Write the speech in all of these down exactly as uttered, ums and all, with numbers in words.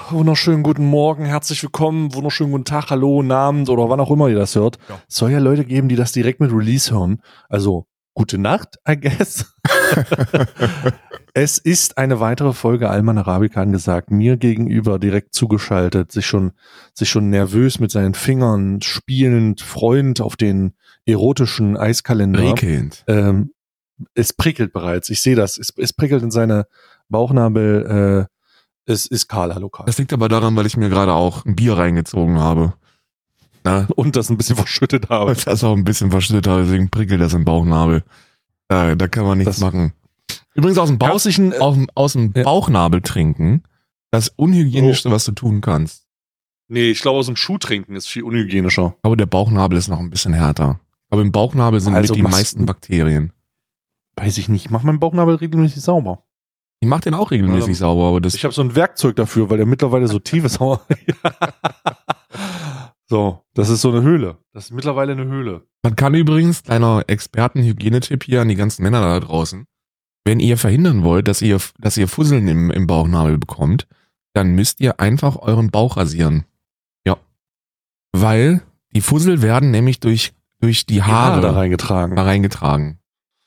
wunderschönen guten Morgen, herzlich willkommen, wunderschönen guten Tag, hallo, guten Abend oder wann auch immer ihr das hört. Ja. Es soll ja Leute geben, die das direkt mit Release hören. Also, gute Nacht, I guess. Es ist eine weitere Folge Alman Arabica angesagt. Mir gegenüber direkt zugeschaltet, sich schon, sich schon nervös mit seinen Fingern spielend, freuend auf den erotischen Eiskalender. Prickelnd. Ähm, es prickelt bereits, ich sehe das. Es, es prickelt in seine Bauchnabel, äh, es ist Karl, hallo Karl. Das liegt aber daran, weil ich mir gerade auch ein Bier reingezogen habe. Na, Und das ein bisschen verschüttet habe. das ist auch ein bisschen verschüttet, deswegen prickelt das im Bauchnabel. Da, da kann man nichts Das- machen. Übrigens aus dem, Bauch, Herzlichen, äh, aus, dem- aus dem Ja. Bauchnabel trinken, das unhygienischste, was du tun kannst. nee, ich glaube, aus dem Schuh trinken ist viel unhygienischer. Aber der Bauchnabel ist noch ein bisschen härter. Aber im Bauchnabel sind Also mit die machst- meisten Bakterien. Weiß ich nicht, ich mache meinen Bauchnabel regelmäßig sauber. Ich mache den auch regelmäßig Also, sauber, aber das Ich habe so ein Werkzeug dafür, weil der mittlerweile so tief ist. So, das ist so eine Höhle. Das ist mittlerweile eine Höhle. Man kann übrigens, kleiner Experten-Hygienetipp hier an die ganzen Männer da draußen, wenn ihr verhindern wollt, dass ihr, dass ihr Fusseln im, im Bauchnabel bekommt, dann müsst ihr einfach euren Bauch rasieren. Ja. Weil die Fussel werden nämlich durch, durch die Haare da reingetragen. da reingetragen.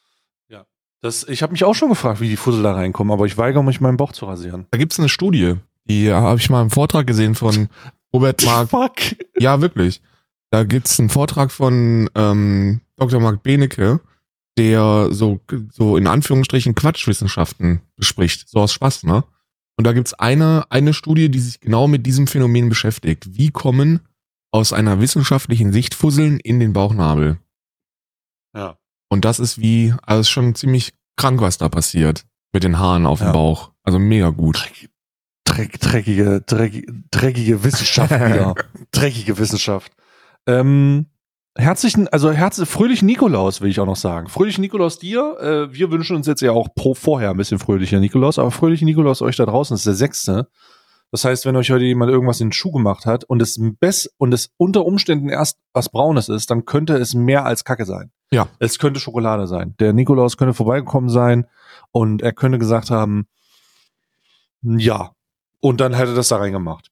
Das, ich habe mich auch schon gefragt, wie die Fussel da reinkommen, aber ich weigere mich, meinen Bauch zu rasieren. Da gibt's eine Studie, die habe ich mal im Vortrag gesehen von Robert Mark. Fuck. Ja, wirklich. Da gibt's einen Vortrag von ähm, Doktor Mark Benecke, der so, so in Anführungsstrichen Quatschwissenschaften bespricht. So aus Spaß, ne? Und da gibt's eine, eine Studie, die sich genau mit diesem Phänomen beschäftigt. Wie kommen aus einer wissenschaftlichen Sicht Fusseln in den Bauchnabel? Ja. Und das ist wie, also ist schon ziemlich krank, was da passiert mit den Haaren auf Ja. dem Bauch. Also mega gut. Dreck, dreck, dreckige, dreckige, dreckige Wissenschaft wieder. Dreckige Wissenschaft. Ähm, herzlichen, also herzlich, fröhlichen Nikolaus will ich auch noch sagen. Fröhlichen Nikolaus dir. Äh, wir wünschen uns jetzt ja auch pro, vorher ein bisschen fröhlicher Nikolaus, aber fröhlichen Nikolaus euch da draußen, das ist der sechste. Das heißt, wenn euch heute jemand irgendwas in den Schuh gemacht hat und es best, und es unter Umständen erst was Braunes ist, dann könnte es mehr als Kacke sein. Ja. Es könnte Schokolade sein. Der Nikolaus könnte vorbeigekommen sein und er könnte gesagt haben, ja. Und dann hätte er das da reingemacht.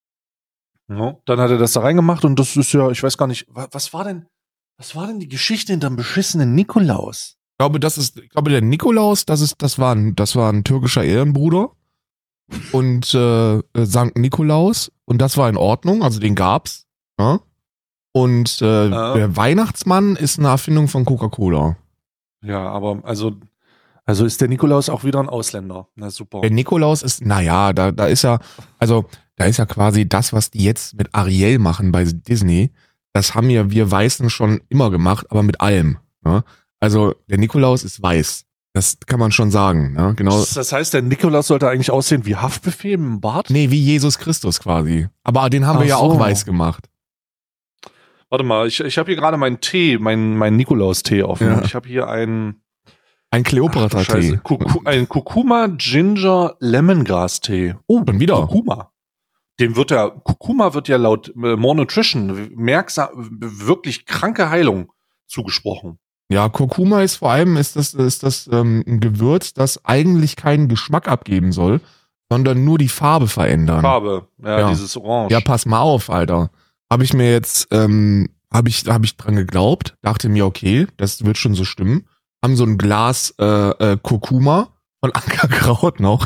Ja, dann hat er das da reingemacht und das ist ja, ich weiß gar nicht, wa- was war denn, was war denn die Geschichte hinterm beschissenen Nikolaus? Ich glaube, das ist, ich glaube, der Nikolaus, das ist, das war ein, das war ein türkischer Ehrenbruder und äh, Sankt Nikolaus und das war in Ordnung, also den gab's. Ja? Und äh, Ah. der Weihnachtsmann ist eine Erfindung von Coca-Cola. Ja, aber also, also ist der Nikolaus auch wieder ein Ausländer. Na super. Der Nikolaus ist, naja, da, da ist ja, also da ist ja quasi das, was die jetzt mit Ariel machen bei Disney, das haben ja wir Weißen schon immer gemacht, aber mit allem. Ne? Also der Nikolaus ist weiß. Das kann man schon sagen. Ne? Genau. Das, das heißt, der Nikolaus sollte eigentlich aussehen wie Haftbefehl mit dem Bart? Nee, wie Jesus Christus quasi. Aber den haben wir Ach ja auch so. weiß gemacht. Warte mal, ich, ich habe hier gerade meinen Tee, meinen meinen Nikolaus-Tee offen. Ja. Ich habe hier einen, Ein Ach, du Kleopatra-Tee. Scheiße, Kuku, einen Kurkuma Ginger Lemongrass-Tee. Oh, Schon wieder. Kurkuma. Dem wird ja, Kurkuma wird ja laut äh, More Nutrition merksam, wirklich kranke Heilung zugesprochen. Ja, Kurkuma ist vor allem ist das, ist das ähm, ein Gewürz, das eigentlich keinen Geschmack abgeben soll, sondern nur die Farbe verändern. Farbe, ja, Ja. dieses Orange. Ja, pass mal auf, Alter. Habe ich mir jetzt, ähm, habe ich, hab ich dran geglaubt, dachte mir, okay, das wird schon so stimmen. Haben so ein Glas äh, äh, Kurkuma von Ankerkraut noch.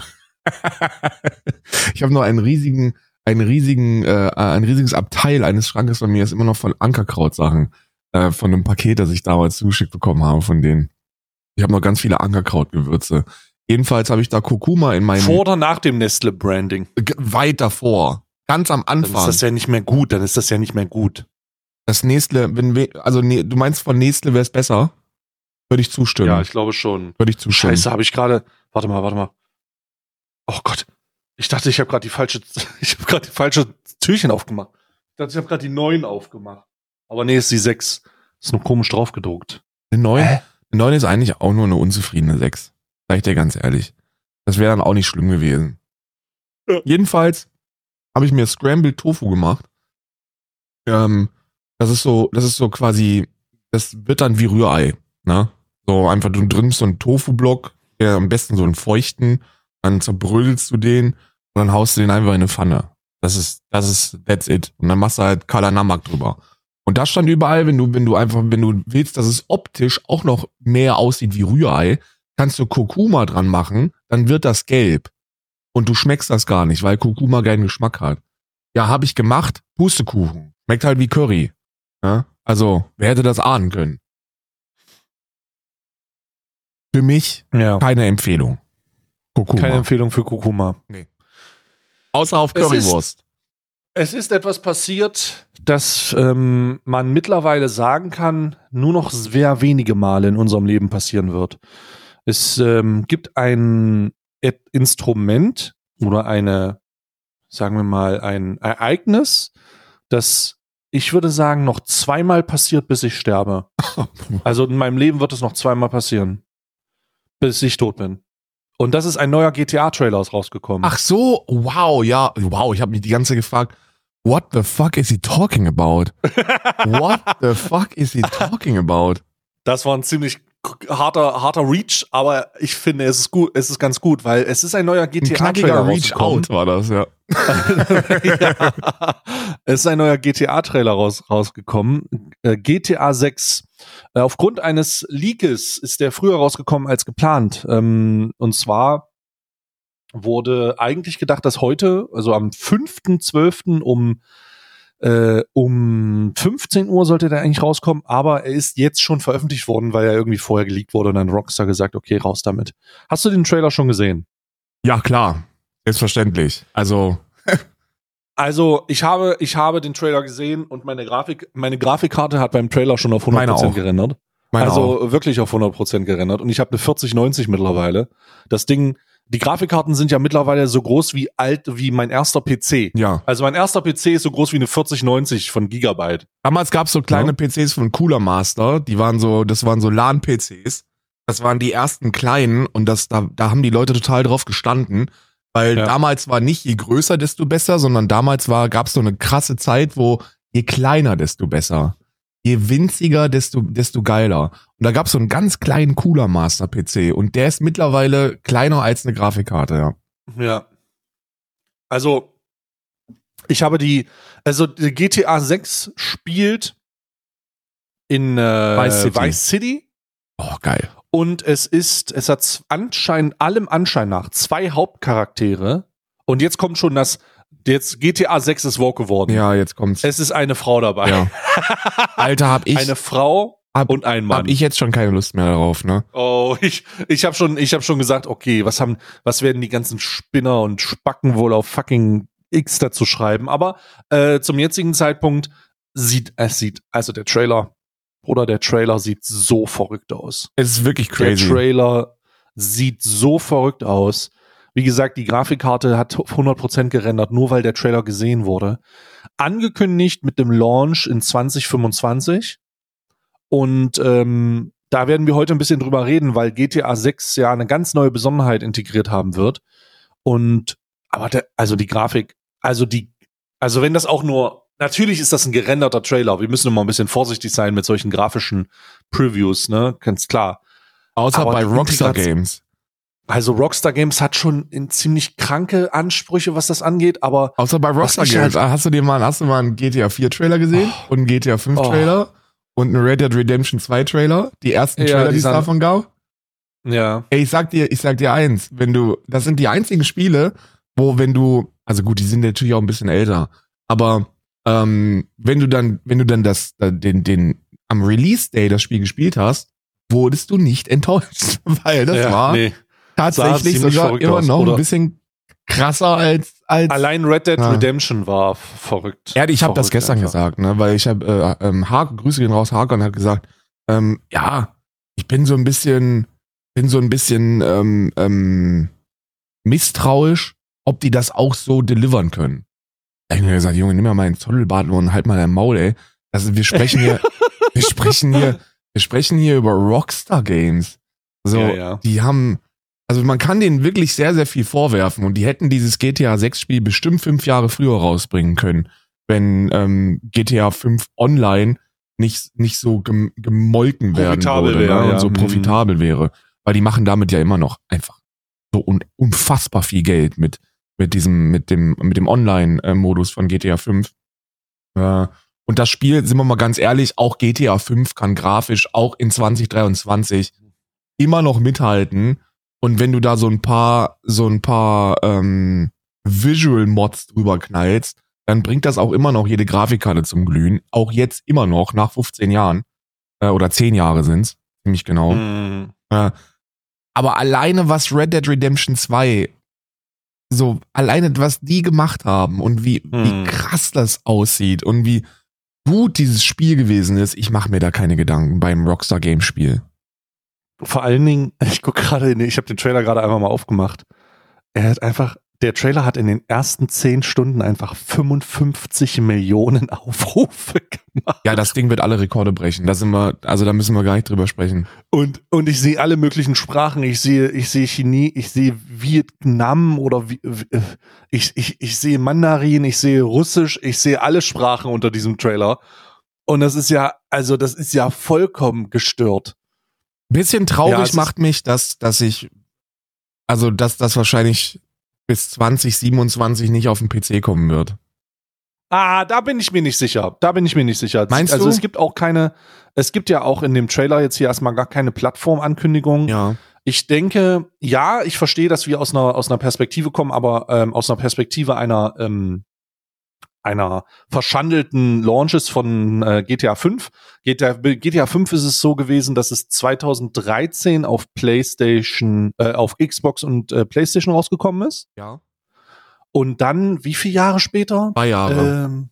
Ich habe noch einen riesigen, einen riesigen, äh, ein riesiges Abteil eines Schrankes von mir ist immer noch von Ankerkraut-Sachen. Äh, von einem Paket, das ich damals zugeschickt bekommen habe von denen. Ich habe noch ganz viele Ankerkraut-Gewürze. Jedenfalls habe ich da Kurkuma in meinem... Vor oder nach dem Nestle-Branding? G- weit davor. Ganz am Dann Anfang. ist das ja nicht mehr gut, dann ist das ja nicht mehr gut. Das Nestle, wenn wir, also ne, du meinst von Nestle wäre es besser? Würde ich zustimmen. Ja, ich glaube schon. Würde ich zustimmen. Scheiße, habe ich gerade, warte mal, warte mal. Oh Gott, ich dachte, ich habe gerade die falsche, ich habe gerade die falsche Türchen aufgemacht. Ich dachte, ich habe gerade die neun aufgemacht. Aber nee, ist die sechs. Ist nur komisch drauf gedruckt. Eine neun, Hä? eine neun ist eigentlich auch nur eine unzufriedene sechs. Sag ich dir ganz ehrlich. Das wäre dann auch nicht schlimm gewesen. Ja. Jedenfalls habe ich mir Scrambled Tofu gemacht. Ähm, das ist so, das ist so quasi, das wird dann wie Rührei, ne? So einfach, du nimmst so einen Tofu-Block, der am besten so einen feuchten, dann zerbrödelst du den, Und dann haust du den einfach in eine Pfanne. Das ist, das ist, that's it. Und dann machst du halt Kala Namak drüber. Und das stand überall, wenn du, wenn du einfach, wenn du willst, dass es optisch auch noch mehr aussieht wie Rührei, kannst du Kurkuma dran machen, dann wird das gelb. Und du schmeckst das gar nicht, weil Kurkuma keinen Geschmack hat. Ja, habe ich gemacht. Pustekuchen. Schmeckt halt wie Curry. Ja? Also, wer hätte das ahnen können? Für mich Ja. keine Empfehlung. Kurkuma. Keine Empfehlung für Kurkuma. Nee. Außer auf Currywurst. Es ist, es ist etwas passiert, das ähm, man mittlerweile sagen kann, nur noch sehr wenige Male in unserem Leben passieren wird. Es ähm, gibt ein Et- Instrument oder eine, sagen wir mal, ein Ereignis, das, ich würde sagen, noch zweimal passiert, bis ich sterbe. Also in meinem Leben wird es noch zweimal passieren, bis ich tot bin. Und das ist ein neuer G T A-Trailer rausgekommen. Ach so, wow, ja, wow, ich habe mich die ganze Zeit gefragt, what the fuck is he talking about? What the fuck is he talking about? Das war ein ziemlich harter, harter Reach, aber ich finde, es ist gut, es ist ganz gut, weil es ist ein neuer G T A-Trailer Reach Out war das, ja. Ja. Es ist ein neuer G T A-Trailer raus, rausgekommen. Äh, G T A sechs. Äh, aufgrund eines Leakes ist der früher rausgekommen als geplant. Ähm, und zwar wurde eigentlich gedacht, dass heute, also am fünften zwölften um Äh, um fünfzehn Uhr sollte der eigentlich rauskommen, aber er ist jetzt schon veröffentlicht worden, weil er irgendwie vorher geleakt wurde und dann Rockstar gesagt, okay, raus damit. Hast du den Trailer schon gesehen? Ja, klar. Selbstverständlich. Also. Also, ich habe, ich habe den Trailer gesehen und meine Grafik, meine Grafikkarte hat beim Trailer schon auf hundert Prozent gerendert. Meine also auch. wirklich auf hundert Prozent gerendert und ich habe eine vierzig neunzig mittlerweile. Das Ding, die Grafikkarten sind ja mittlerweile so groß wie alt wie mein erster P C. Ja. Also mein erster P C ist so groß wie eine vierzig neunzig von Gigabyte. Damals gab es so kleine Ja. P Cs von Cooler Master, die waren so, das waren so LAN-P Cs. Das waren die ersten kleinen und das, da, da haben die Leute total drauf gestanden, weil Ja. damals war nicht je größer, desto besser, sondern damals war, gab es so eine krasse Zeit, wo je kleiner, desto besser. Je winziger, desto, desto geiler. Und da gab es so einen ganz kleinen Cooler Master P C und der ist mittlerweile kleiner als eine Grafikkarte, ja. Ja. Also, ich habe die, also die G T A sechs spielt in äh, Vice City. Vice City Oh, geil. und es ist, es hat anscheinend, allem Anschein nach, zwei Hauptcharaktere und jetzt kommt schon das, jetzt G T A sechs ist woke geworden. Ja, jetzt kommt's. Es ist eine Frau dabei. Ja. Alter, hab ich, Eine Frau hab, und ein Mann. hab ich jetzt schon keine Lust mehr darauf, ne? Oh, ich, ich habe schon, ich habe schon gesagt, okay, was haben, was werden die ganzen Spinner und Spacken wohl auf fucking X dazu schreiben? Aber äh, zum jetzigen Zeitpunkt sieht, es sieht, also der Trailer oder der Trailer sieht so verrückt aus. Es ist wirklich crazy. Der Trailer sieht so verrückt aus. Wie gesagt, die Grafikkarte hat hundert Prozent gerendert, nur weil der Trailer gesehen wurde. Angekündigt mit dem Launch in zwanzig fünfundzwanzig. Und ähm, da werden wir heute ein bisschen drüber reden, weil G T A sechs ja eine ganz neue Besonderheit integriert haben wird. Und aber der, also die Grafik, also die, also wenn das auch nur, natürlich ist das ein gerenderter Trailer. Wir müssen immer ein bisschen vorsichtig sein mit solchen grafischen Previews, ne? Ganz klar. Außer Aber bei die Rockstar Integration- Games. Also Rockstar Games hat schon in ziemlich kranke Ansprüche, was das angeht, aber Außer bei Rockstar ich Games. halt- Hast du dir mal, hast du mal einen G T A vier Trailer gesehen? Und einen G T A fünf Oh. Trailer? Und einen Red Dead Redemption zwei Trailer? Die ersten Ja, Trailer, die die es sahen- davon gab? ja. Ey, ich sag dir, ich sag dir eins, wenn du, das sind die einzigen Spiele, wo wenn du, also gut, die sind natürlich auch ein bisschen älter, aber ähm, wenn du dann, wenn du dann das, äh, den, den, am Release Day das Spiel gespielt hast, wurdest du nicht enttäuscht, weil das ja, war nee. tatsächlich ziemlich sogar verrückt immer aus, noch oder? ein bisschen krasser als, als Allein Red Dead Ja. Redemption war f- verrückt. Ja, ich habe das Verrückt gestern einfach. gesagt, ne, weil ich habe äh, ähm, Haken, Grüße gehen raus, Hakan hat gesagt, ähm, ja, ich bin so ein bisschen, bin so ein bisschen ähm, ähm, misstrauisch, ob die das auch so delivern können. Da hab ich mir gesagt, Junge, nimm mal meinen Zottelbart und halt mal dein Maul, ey. Also wir sprechen hier, wir sprechen hier, wir sprechen hier über Rockstar Games. So, Ja, ja. die haben, also man kann denen wirklich sehr, sehr viel vorwerfen und die hätten dieses G T A sechs Spiel bestimmt fünf Jahre früher rausbringen können, wenn ähm, G T A fünf Online nicht, nicht so gem gemolken werden Profitabel würde, wäre, ne, ja. und so Mhm. profitabel wäre. Weil die machen damit ja immer noch einfach so un unfassbar viel Geld mit mit diesem, mit dem, mit dem Online-Modus von G T A fünf. Äh, und das Spiel, sind wir mal ganz ehrlich, auch G T A fünf kann grafisch auch in zwanzig dreiundzwanzig immer noch mithalten. Und wenn du da so ein paar, so ein paar ähm, Visual-Mods drüber knallst, dann bringt das auch immer noch jede Grafikkarte zum Glühen. Auch jetzt immer noch, nach fünfzehn Jahren. Äh, oder zehn Jahre sind's, ziemlich genau. Mm. Äh, aber alleine, was Red Dead Redemption zwei, so alleine, was die gemacht haben und wie, mm. wie krass das aussieht und wie gut dieses Spiel gewesen ist, ich mache mir da keine Gedanken beim Rockstar Games Spiel. Vor allen Dingen, ich gucke gerade, ich habe den Trailer gerade einmal mal aufgemacht. Er hat einfach, der Trailer hat in den ersten zehn Stunden einfach fünfundfünfzig Millionen Aufrufe gemacht. Ja, das Ding wird alle Rekorde brechen. Da sind wir, also da müssen wir gar nicht drüber sprechen. Und, und ich sehe alle möglichen Sprachen. Ich sehe, ich sehe Chine, ich sehe Vietnam oder wie, ich, ich, ich sehe Mandarin, ich sehe Russisch, ich sehe alle Sprachen unter diesem Trailer. Und das ist ja, also das ist ja vollkommen gestört. Bisschen traurig ja, macht mich, dass, dass ich, also dass das wahrscheinlich bis zwanzig siebenundzwanzig nicht auf den P C kommen wird. Ah, da bin ich mir nicht sicher. Da bin ich mir nicht sicher. Meinst also du? es gibt auch keine, es gibt ja auch in dem Trailer jetzt hier erstmal gar keine Plattformankündigung. Ja. Ich denke, ja, ich verstehe, dass wir aus einer, aus einer Perspektive kommen, aber ähm, aus einer Perspektive einer, ähm, einer verschandelten Launches von äh, G T A fünf. G T A, G T A fünf ist es so gewesen, dass es zweitausenddreizehn auf PlayStation, äh, auf Xbox und äh, PlayStation rausgekommen ist. Ja. Und dann, wie viele Jahre später? Zwei Jahre. Ähm,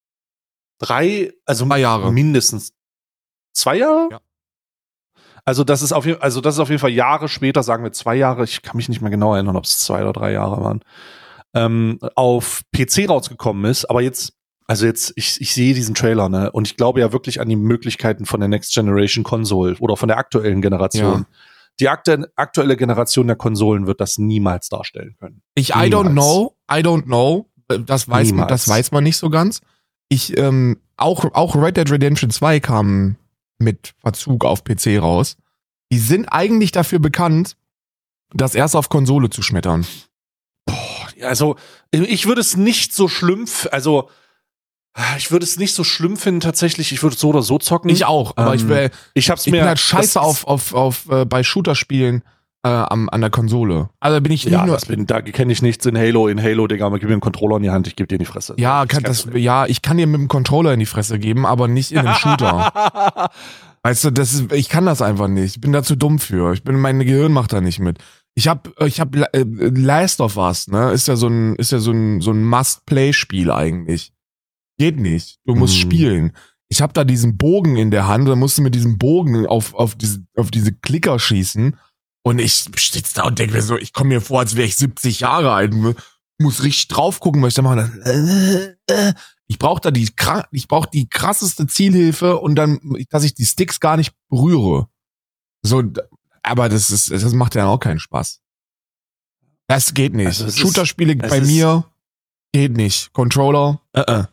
drei, also Zwei Jahre. mindestens zwei Jahre? Ja. Also das ist auf jeden, also das ist auf jeden Fall Jahre später, sagen wir zwei Jahre. Ich kann mich nicht mehr genau erinnern, ob es zwei oder drei Jahre waren. Ähm, auf P C rausgekommen ist, aber jetzt, also jetzt, ich, ich sehe diesen Trailer, ne, und ich glaube ja wirklich an die Möglichkeiten von der Next Generation Console oder von der aktuellen Generation. Ja. Die aktu- aktuelle Generation der Konsolen wird das niemals darstellen können. Ich, I Niemals. don't know, I don't know, das weiß man, Niemals. das weiß man nicht so ganz. Ich, ähm, auch, auch Red Dead Redemption zwei kam mit Verzug auf P C raus. Die sind eigentlich dafür bekannt, das erst auf Konsole zu schmettern. Also, ich würde es nicht so schlimm, f- also, ich würde es nicht so schlimm finden, tatsächlich. Ich würde es so oder so zocken. Ich auch, aber ähm, ich, wär, ich hab's ich mir. bin halt das scheiße ist- auf, auf, auf, äh, bei Shooter-Spielen äh, am, an der Konsole. Also bin ich nicht Ja, nur. das bin, da kenne ich nichts in Halo. In Halo, Digga, gib mir einen Controller in die Hand, ich gebe dir in die Fresse. Ja, ist kann kein das, Problem. ja, ich kann dir mit dem Controller in die Fresse geben, aber nicht in einem Shooter. Weißt du, das ist, ich kann das einfach nicht. Ich bin da zu dumm für. Ich bin, mein Gehirn macht da nicht mit. Ich hab, ich hab äh, Last of Us, ne, ist ja so ein, ist ja so ein, so ein Must-Play-Spiel eigentlich. Geht nicht. Du musst Mhm. spielen. Ich hab da diesen Bogen in der Hand, da musst du mit diesem Bogen auf, auf diese, auf diese Klicker schießen. Und ich sitze da und denke mir so, ich komme mir vor, als wäre ich siebzig Jahre alt. Muss richtig drauf gucken, was ich da mache. Äh, äh. Ich brauche da die, ich brauche die krasseste Zielhilfe und dann, dass ich die Sticks gar nicht berühre. So, aber das ist, das macht ja auch keinen Spaß. Das geht nicht. Also es ist- Shooter-Spiele es bei ist- mir geht nicht. Controller, äh, äh.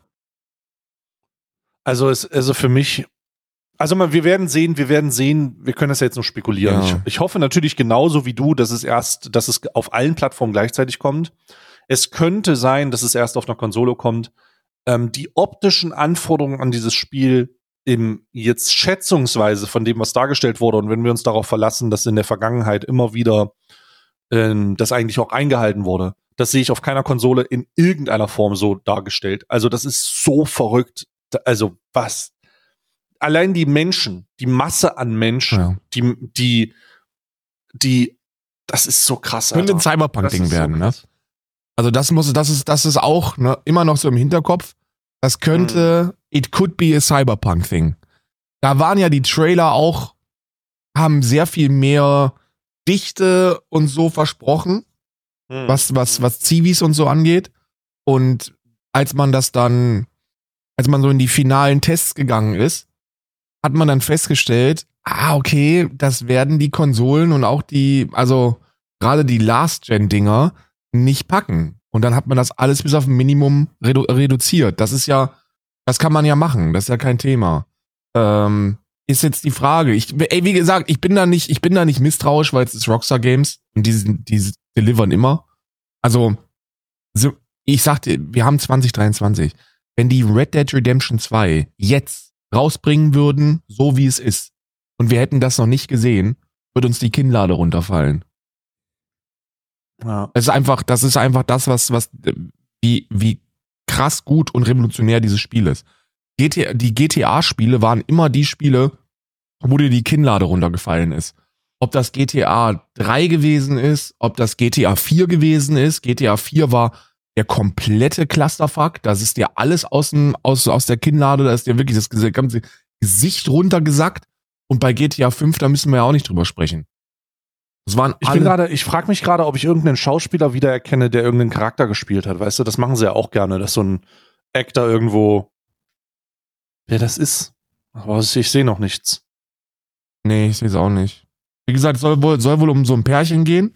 Also, es, also für mich, also mal, wir werden sehen, wir werden sehen, wir können das ja jetzt nur spekulieren. Ja. Ich, ich hoffe natürlich genauso wie du, dass es erst, dass es auf allen Plattformen gleichzeitig kommt. Es könnte sein, dass es erst auf einer Konsole kommt. Ähm, die optischen Anforderungen an dieses Spiel im jetzt schätzungsweise von dem, was dargestellt wurde, und wenn wir uns darauf verlassen, dass in der Vergangenheit immer wieder ähm, das eigentlich auch eingehalten wurde, das sehe ich auf keiner Konsole in irgendeiner Form so dargestellt. Also das ist so verrückt. Da- Also was? Allein die Menschen, die Masse an Menschen, Ja. die, die, die, das ist so krass. Könnte ein Alter. Das Cyberpunk-Ding ist so werden, ne? krass. Also das muss, das ist, das ist auch ne, immer noch so im Hinterkopf. Das könnte, it could be a Cyberpunk-Thing. Da waren ja die Trailer auch, haben sehr viel mehr Dichte und so versprochen, Hm. was, was, was Zivis und so angeht. Und als man das dann, als man so in die finalen Tests gegangen ist, hat man dann festgestellt, ah, okay, das werden die Konsolen und auch die, also gerade die Last-Gen-Dinger nicht packen. Und dann hat man das alles bis auf ein Minimum redu reduziert. Das ist ja, das kann man ja machen, das ist ja kein Thema. Ähm, ist jetzt die Frage. Ich, ey, wie gesagt, ich bin da nicht, ich bin da nicht misstrauisch, weil es ist Rockstar Games und die, sind- die delivern immer. Also, Also, ich sagte, wir haben zwanzig dreiundzwanzig. Wenn die Red Dead Redemption zwei jetzt rausbringen würden, so wie es ist, und wir hätten das noch nicht gesehen, würde uns die Kinnlade runterfallen. Ja. Es ist einfach, das ist einfach das, was, was, wie, wie krass gut und revolutionär dieses Spiel ist. G T A, die G T A-Spiele waren immer die Spiele, wo dir die Kinnlade runtergefallen ist. Ob das G T A drei gewesen ist, ob das G T A vier gewesen ist. G T A vier war der komplette Clusterfuck. Das ist dir alles aus, dem, aus, aus der Kinnlade, da ist dir wirklich das ganze Gesicht runtergesackt. Und bei G T A fünf, da müssen wir ja auch nicht drüber sprechen. Das waren Ich alle bin gerade, ich frage mich gerade, ob ich irgendeinen Schauspieler wiedererkenne, der irgendeinen Charakter gespielt hat. Weißt du, das machen sie ja auch gerne, dass so ein Actor irgendwo, wer das ist. Aber ich sehe noch nichts. Nee, ich sehe es auch nicht. Wie gesagt, es soll wohl, soll wohl um so ein Pärchen gehen.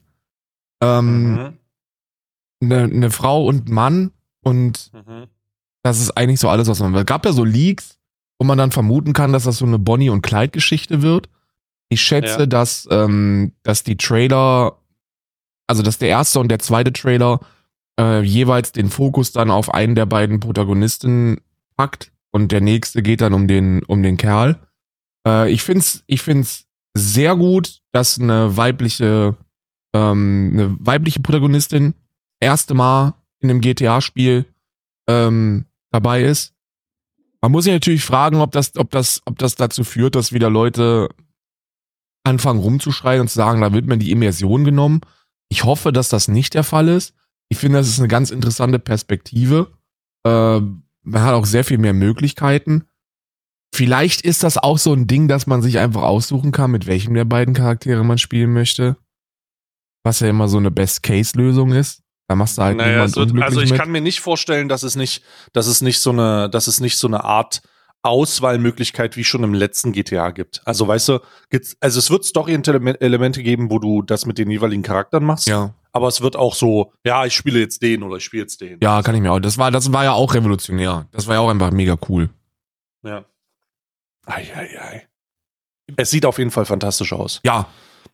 Ähm, Mhm. eine, eine Frau und ein Mann. Und Mhm. das ist eigentlich so alles, was man will. Es gab ja so Leaks, wo man dann vermuten kann, dass das so eine Bonnie- und Clyde-Geschichte wird. Ich schätze, Ja. dass, ähm, dass die Trailer, also dass der erste und der zweite Trailer äh, jeweils den Fokus dann auf einen der beiden Protagonisten packt und der nächste geht dann um den, um den Kerl. Äh, ich find's, ich find's sehr gut, dass eine weibliche, ähm, eine weibliche Protagonistin erste Mal in einem G T A-Spiel ähm, dabei ist. Man muss sich natürlich fragen, ob das, ob das, ob das dazu führt, dass wieder Leute anfangen rumzuschreien und zu sagen, da wird mir die Immersion genommen. Ich hoffe, dass das nicht der Fall ist. Ich finde, das ist eine ganz interessante Perspektive. Äh, man hat auch sehr viel mehr Möglichkeiten. Vielleicht ist das auch so ein Ding, dass man sich einfach aussuchen kann, mit welchem der beiden Charaktere man spielen möchte. Was ja immer so eine Best-Case-Lösung ist. Da machst du halt Naja, niemand es wird, unglücklich also ich mit. kann mir nicht vorstellen, dass es nicht, dass es nicht so eine, dass es nicht so eine Art Auswahlmöglichkeit wie schon im letzten G T A gibt. Also weißt du, gibt's, also es wird Story-Elemente geben, wo du das mit den jeweiligen Charakteren machst. Ja. Aber es wird auch so, ja, ich spiele jetzt den oder ich spiele jetzt den. Ja, kann ich mir auch. Das war, das war ja auch revolutionär. Das war ja auch einfach mega cool. Ja. Ei, ei, ei. Es sieht auf jeden Fall fantastisch aus. Ja.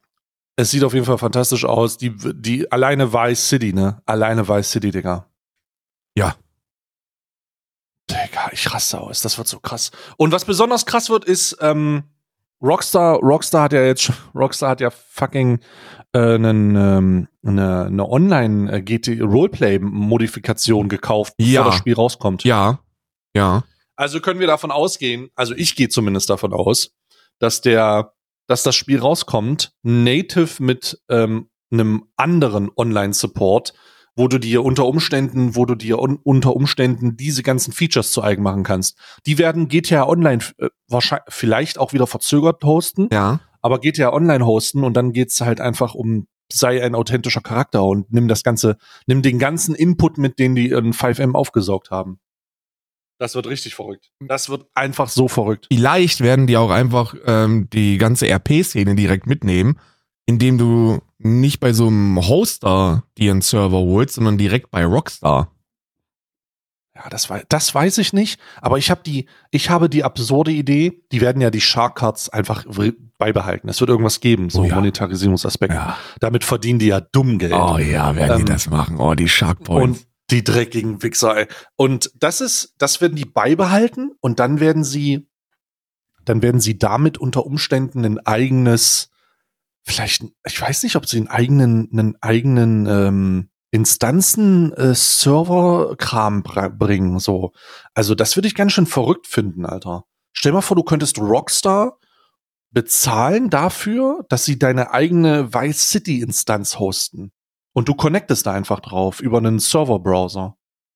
Es sieht auf jeden Fall fantastisch aus. Die, die, alleine Vice City, ne? Alleine Vice City, Digga. Ja. Digga, ich raste aus. Das wird so krass. Und was besonders krass wird, ist, ähm, Rockstar, Rockstar hat ja jetzt, Rockstar hat ja fucking äh, einen, ähm, eine, eine Online-G T-Roleplay-Modifikation gekauft, bevor Ja. das Spiel rauskommt. Ja. Ja. Also können wir davon ausgehen, also ich gehe zumindest davon aus, dass der, dass das Spiel rauskommt, native mit ähm, einem anderen Online-Support, wo du dir unter Umständen, wo du dir un- unter Umständen diese ganzen Features zu eigen machen kannst. Die werden G T A Online äh, wahrscheinlich vielleicht auch wieder verzögert hosten, Ja. aber G T A Online hosten und dann geht's halt einfach um, sei ein authentischer Charakter und nimm das ganze, nimm den ganzen Input mit, den die in fünf M aufgesaugt haben. Das wird richtig verrückt. Das wird einfach so verrückt. Vielleicht werden die auch einfach ähm, die ganze R P-Szene direkt mitnehmen, indem du nicht bei so einem Hoster dir einen Server holst, sondern direkt bei Rockstar. Ja, das, wei- das weiß ich nicht, aber ich habe die, ich habe die absurde Idee, die werden ja die Shark Cards einfach w- beibehalten. Es wird irgendwas geben, so Oh ja. Monetarisierungsaspekt. Ja. Damit verdienen die ja dumm Geld. Oh ja, werden Ähm, die das machen. Oh, die Shark Points. Und die dreckigen Wichser, ey. Und das ist, das werden die beibehalten und dann werden sie, dann werden sie damit unter Umständen ein eigenes, vielleicht, ich weiß nicht, ob sie einen eigenen, einen eigenen ähm, Instanzen-Server-Kram br- bringen, so. Also das würde ich ganz schön verrückt finden, Alter. Stell mal vor, du könntest Rockstar bezahlen dafür, dass sie deine eigene Vice City-Instanz hosten. Und du connectest da einfach drauf über einen Server-Browser.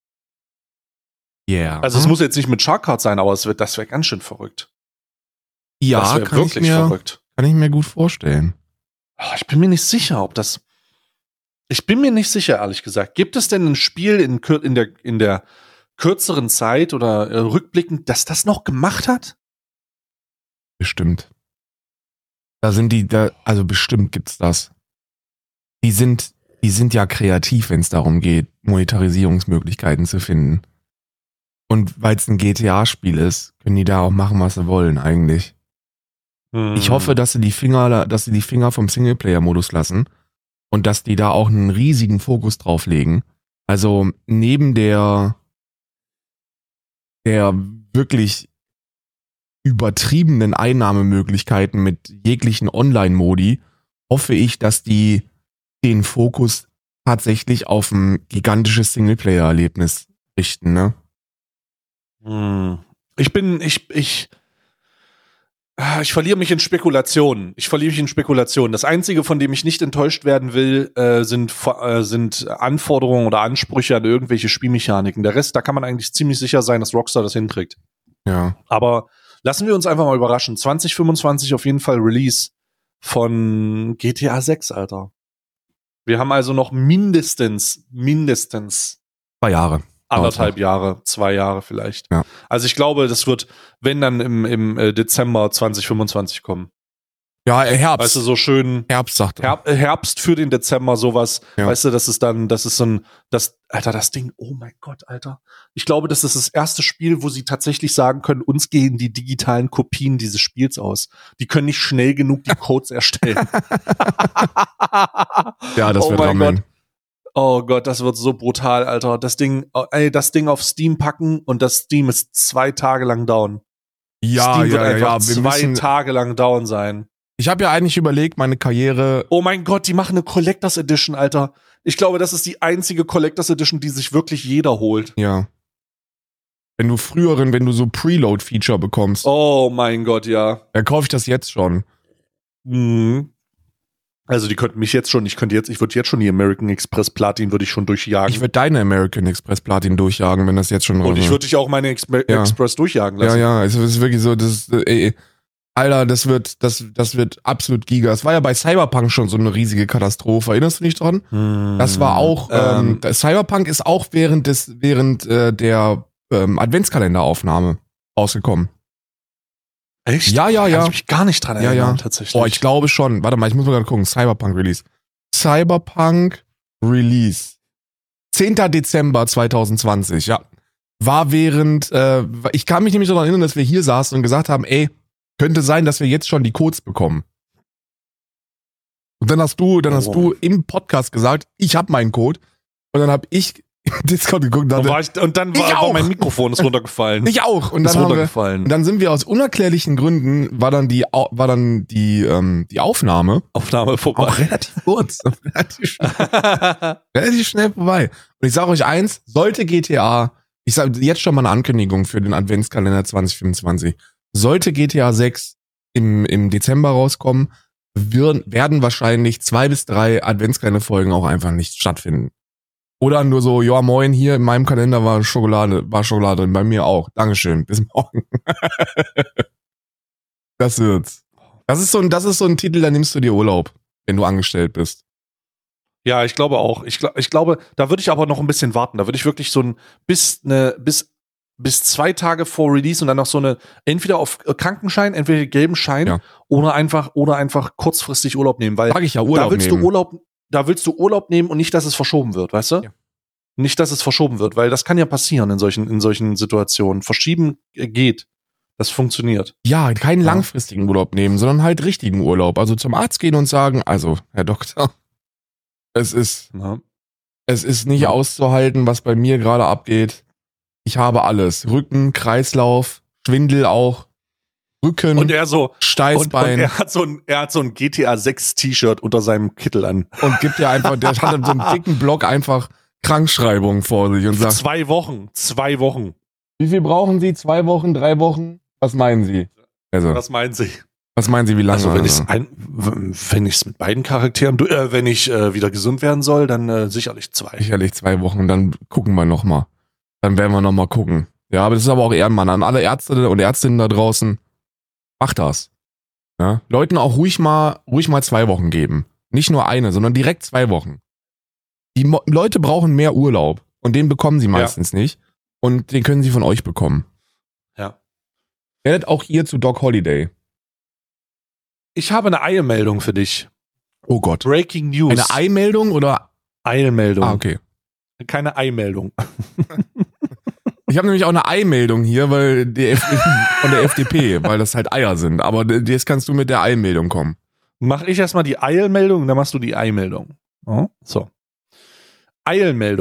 Yeah. Also es muss jetzt nicht mit Sharkcard sein, aber es wird, das wäre ganz schön verrückt. ja, das wäre kann ich, wirklich mir, verrückt. kann ich mir gut vorstellen. Ah, Ich bin mir nicht sicher, ob das. Ich bin mir nicht sicher, ehrlich gesagt. Gibt es denn ein Spiel in, kür- in, der, in der kürzeren Zeit oder äh, rückblickend, das das noch gemacht hat? Bestimmt. Da sind die, da, also bestimmt gibt's das. Die sind, die sind ja kreativ, wenn es darum geht, Monetarisierungsmöglichkeiten zu finden. Und weil es ein G T A-Spiel ist, können die da auch machen, was sie wollen, eigentlich. Ich hoffe, dass sie die Finger, dass sie die Finger vom Singleplayer-Modus lassen und dass die da auch einen riesigen Fokus drauf legen, Also neben der, der wirklich übertriebenen Einnahmemöglichkeiten mit jeglichen Online-Modi hoffe ich, dass die den Fokus tatsächlich auf ein gigantisches Singleplayer-Erlebnis richten, ne? Hm. Ich bin, ich, ich, ich verliere mich in Spekulationen. Ich verliere mich in Spekulationen. Das Einzige, von dem ich nicht enttäuscht werden will, äh, sind, äh, sind Anforderungen oder Ansprüche an irgendwelche Spielmechaniken. Der Rest, da kann man eigentlich ziemlich sicher sein, dass Rockstar das hinkriegt. Ja. Aber lassen wir uns einfach mal überraschen. zwanzig fünfundzwanzig auf jeden Fall Release von G T A sechs, Alter. Wir haben also noch mindestens, mindestens Zwei Jahre. anderthalb Jahre, zwei Jahre vielleicht. Ja. Also ich glaube, das wird, wenn dann im, im äh, Dezember zwanzig fünfundzwanzig kommen. Ja, Herbst. Weißt du, so schön Herbst, sagt er. Herb, Herbst für den Dezember, sowas. Ja. Weißt du, das ist dann, das ist so ein, das, Alter, das Ding, oh mein Gott, Alter. Ich glaube, das ist das erste Spiel, wo sie tatsächlich sagen können, uns gehen die digitalen Kopien dieses Spiels aus. Die können nicht schnell genug die Codes erstellen. Ja, das oh wird mein rammeln. Gott. Oh Gott, das wird so brutal, Alter. Das Ding, ey, das Ding auf Steam packen und das Steam ist zwei Tage lang down. Ja, Steam wird ja, ja, einfach ja. Wir zwei müssen, Tage lang down sein. ich habe ja eigentlich überlegt, meine Karriere. Oh mein Gott, die machen eine Collectors Edition, Alter. Ich glaube, das ist die einzige Collectors Edition, die sich wirklich jeder holt. Ja. Wenn du früheren, wenn du so Preload-Feature bekommst, Oh mein Gott, ja. dann kaufe ich das jetzt schon. Mhm. Also die könnten mich jetzt schon, ich könnte jetzt, ich würde jetzt schon die American Express Platin würde ich schon durchjagen. Ich würde deine American Express Platin durchjagen, wenn das jetzt schon. Und ich würde dich auch meine Exp- Ja. Express durchjagen Ja, lassen. ja, es ist wirklich so, das ist, ey, Alter, das wird, das, das wird absolut giga. Es war ja bei Cyberpunk schon so eine riesige Katastrophe. Erinnerst du dich dran? Hm. Das war auch, ähm, ähm, Cyberpunk ist auch während des, während äh, der ähm, Adventskalenderaufnahme rausgekommen. Echt? Ja, ja, Kann ja. ich mich gar nicht dran Ja, erinnern, ja. tatsächlich. Boah, ich glaube schon. Warte mal, ich muss mal gerade gucken. Cyberpunk Release. Cyberpunk Release. zehnter Dezember zweitausendzwanzig, ja. War während, äh, ich kann mich nämlich daran erinnern, dass wir hier saßen und gesagt haben, ey, könnte sein, dass wir jetzt schon die Codes bekommen. Und dann hast du, dann hast Oh. du im Podcast gesagt, ich habe meinen Code. Und dann habe ich im Discord geguckt und und, dachte, war ich, und dann Ich war, war auch. mein Mikrofon ist runtergefallen. ich auch. Und ist dann, haben wir, runtergefallen. und dann sind wir aus unerklärlichen Gründen, war dann die, Au- war dann die, ähm, die Aufnahme Aufnahme vorbei. auch relativ kurz. relativ, schnell, relativ schnell vorbei. Und ich sage euch eins, sollte G T A, ich sage jetzt schon mal eine Ankündigung für den Adventskalender zwanzig fünfundzwanzig, sollte G T A sechs im, im Dezember rauskommen, wir, werden wahrscheinlich zwei bis drei Adventskalender-Folgen auch einfach nicht stattfinden. Oder nur so, ja moin, hier in meinem Kalender war Schokolade, war Schokolade drin, bei mir auch. Dankeschön, bis morgen. Das wird's. Das ist so ein, das ist so ein Titel, da nimmst du dir Urlaub, wenn du angestellt bist. Ja, ich glaube auch. Ich, gl- ich glaube, da würde ich aber noch ein bisschen warten. Da würde ich wirklich so ein bis eine bis bis zwei Tage vor Release und dann noch so eine entweder auf äh, Krankenschein, entweder gelben Schein Ja. oder einfach oder einfach kurzfristig Urlaub nehmen, weil Sag ich ja, Urlaub da willst nehmen. du Urlaub, da willst du Urlaub nehmen und nicht, dass es verschoben wird, weißt du? Ja. Nicht, dass es verschoben wird, weil das kann ja passieren in solchen in solchen Situationen. Verschieben äh, geht. Das funktioniert. Ja, keinen Ja. langfristigen Urlaub nehmen, sondern halt richtigen Urlaub. Also zum Arzt gehen und sagen, also, Herr Doktor, es ist, Ja. es ist nicht Ja. auszuhalten, was bei mir gerade abgeht. Ich habe alles. Rücken, Kreislauf, Schwindel auch, Rücken, Und er so und, und Steißbein er hat so ein er hat so ein G T A sechs T-Shirt unter seinem Kittel an. und gibt dir einfach, der hat so einen dicken Block einfach Krankschreibung vor sich und Für sagt, zwei Wochen, zwei Wochen. wie viel brauchen Sie? Zwei Wochen, drei Wochen? Was meinen Sie? Also, Was meinen Sie? was meinen Sie, wie lange? Also wenn ich ein, wenn ich es mit beiden Charakteren, du- äh, wenn ich äh, wieder gesund werden soll, dann äh, sicherlich zwei. Sicherlich zwei Wochen, dann gucken wir noch mal. Dann werden wir noch mal gucken. Ja, aber das ist aber auch Ehrenmann an alle Ärzte und Ärztinnen da draußen. Macht das. Ja? Leuten auch ruhig mal, ruhig mal zwei Wochen geben. Nicht nur eine, sondern direkt zwei Wochen. Die Mo- Leute brauchen mehr Urlaub und den bekommen sie meistens nicht. Und den können sie von euch bekommen. Ja. Werdet auch ihr zu Doc Holiday. Ich habe eine Eilmeldung für dich. Oh Gott. Breaking News. Eine Eilmeldung oder? Eilmeldung. Ah, okay. Keine Eilmeldung. Ich habe nämlich auch eine Ei-Meldung hier, weil die F- von der F D P, weil das halt Eier sind. Aber jetzt kannst du mit der Ei-Meldung kommen. Mach ich erstmal die Eilmeldung, dann machst du die Eilmeldung. Oh, so. Eilmeldung. P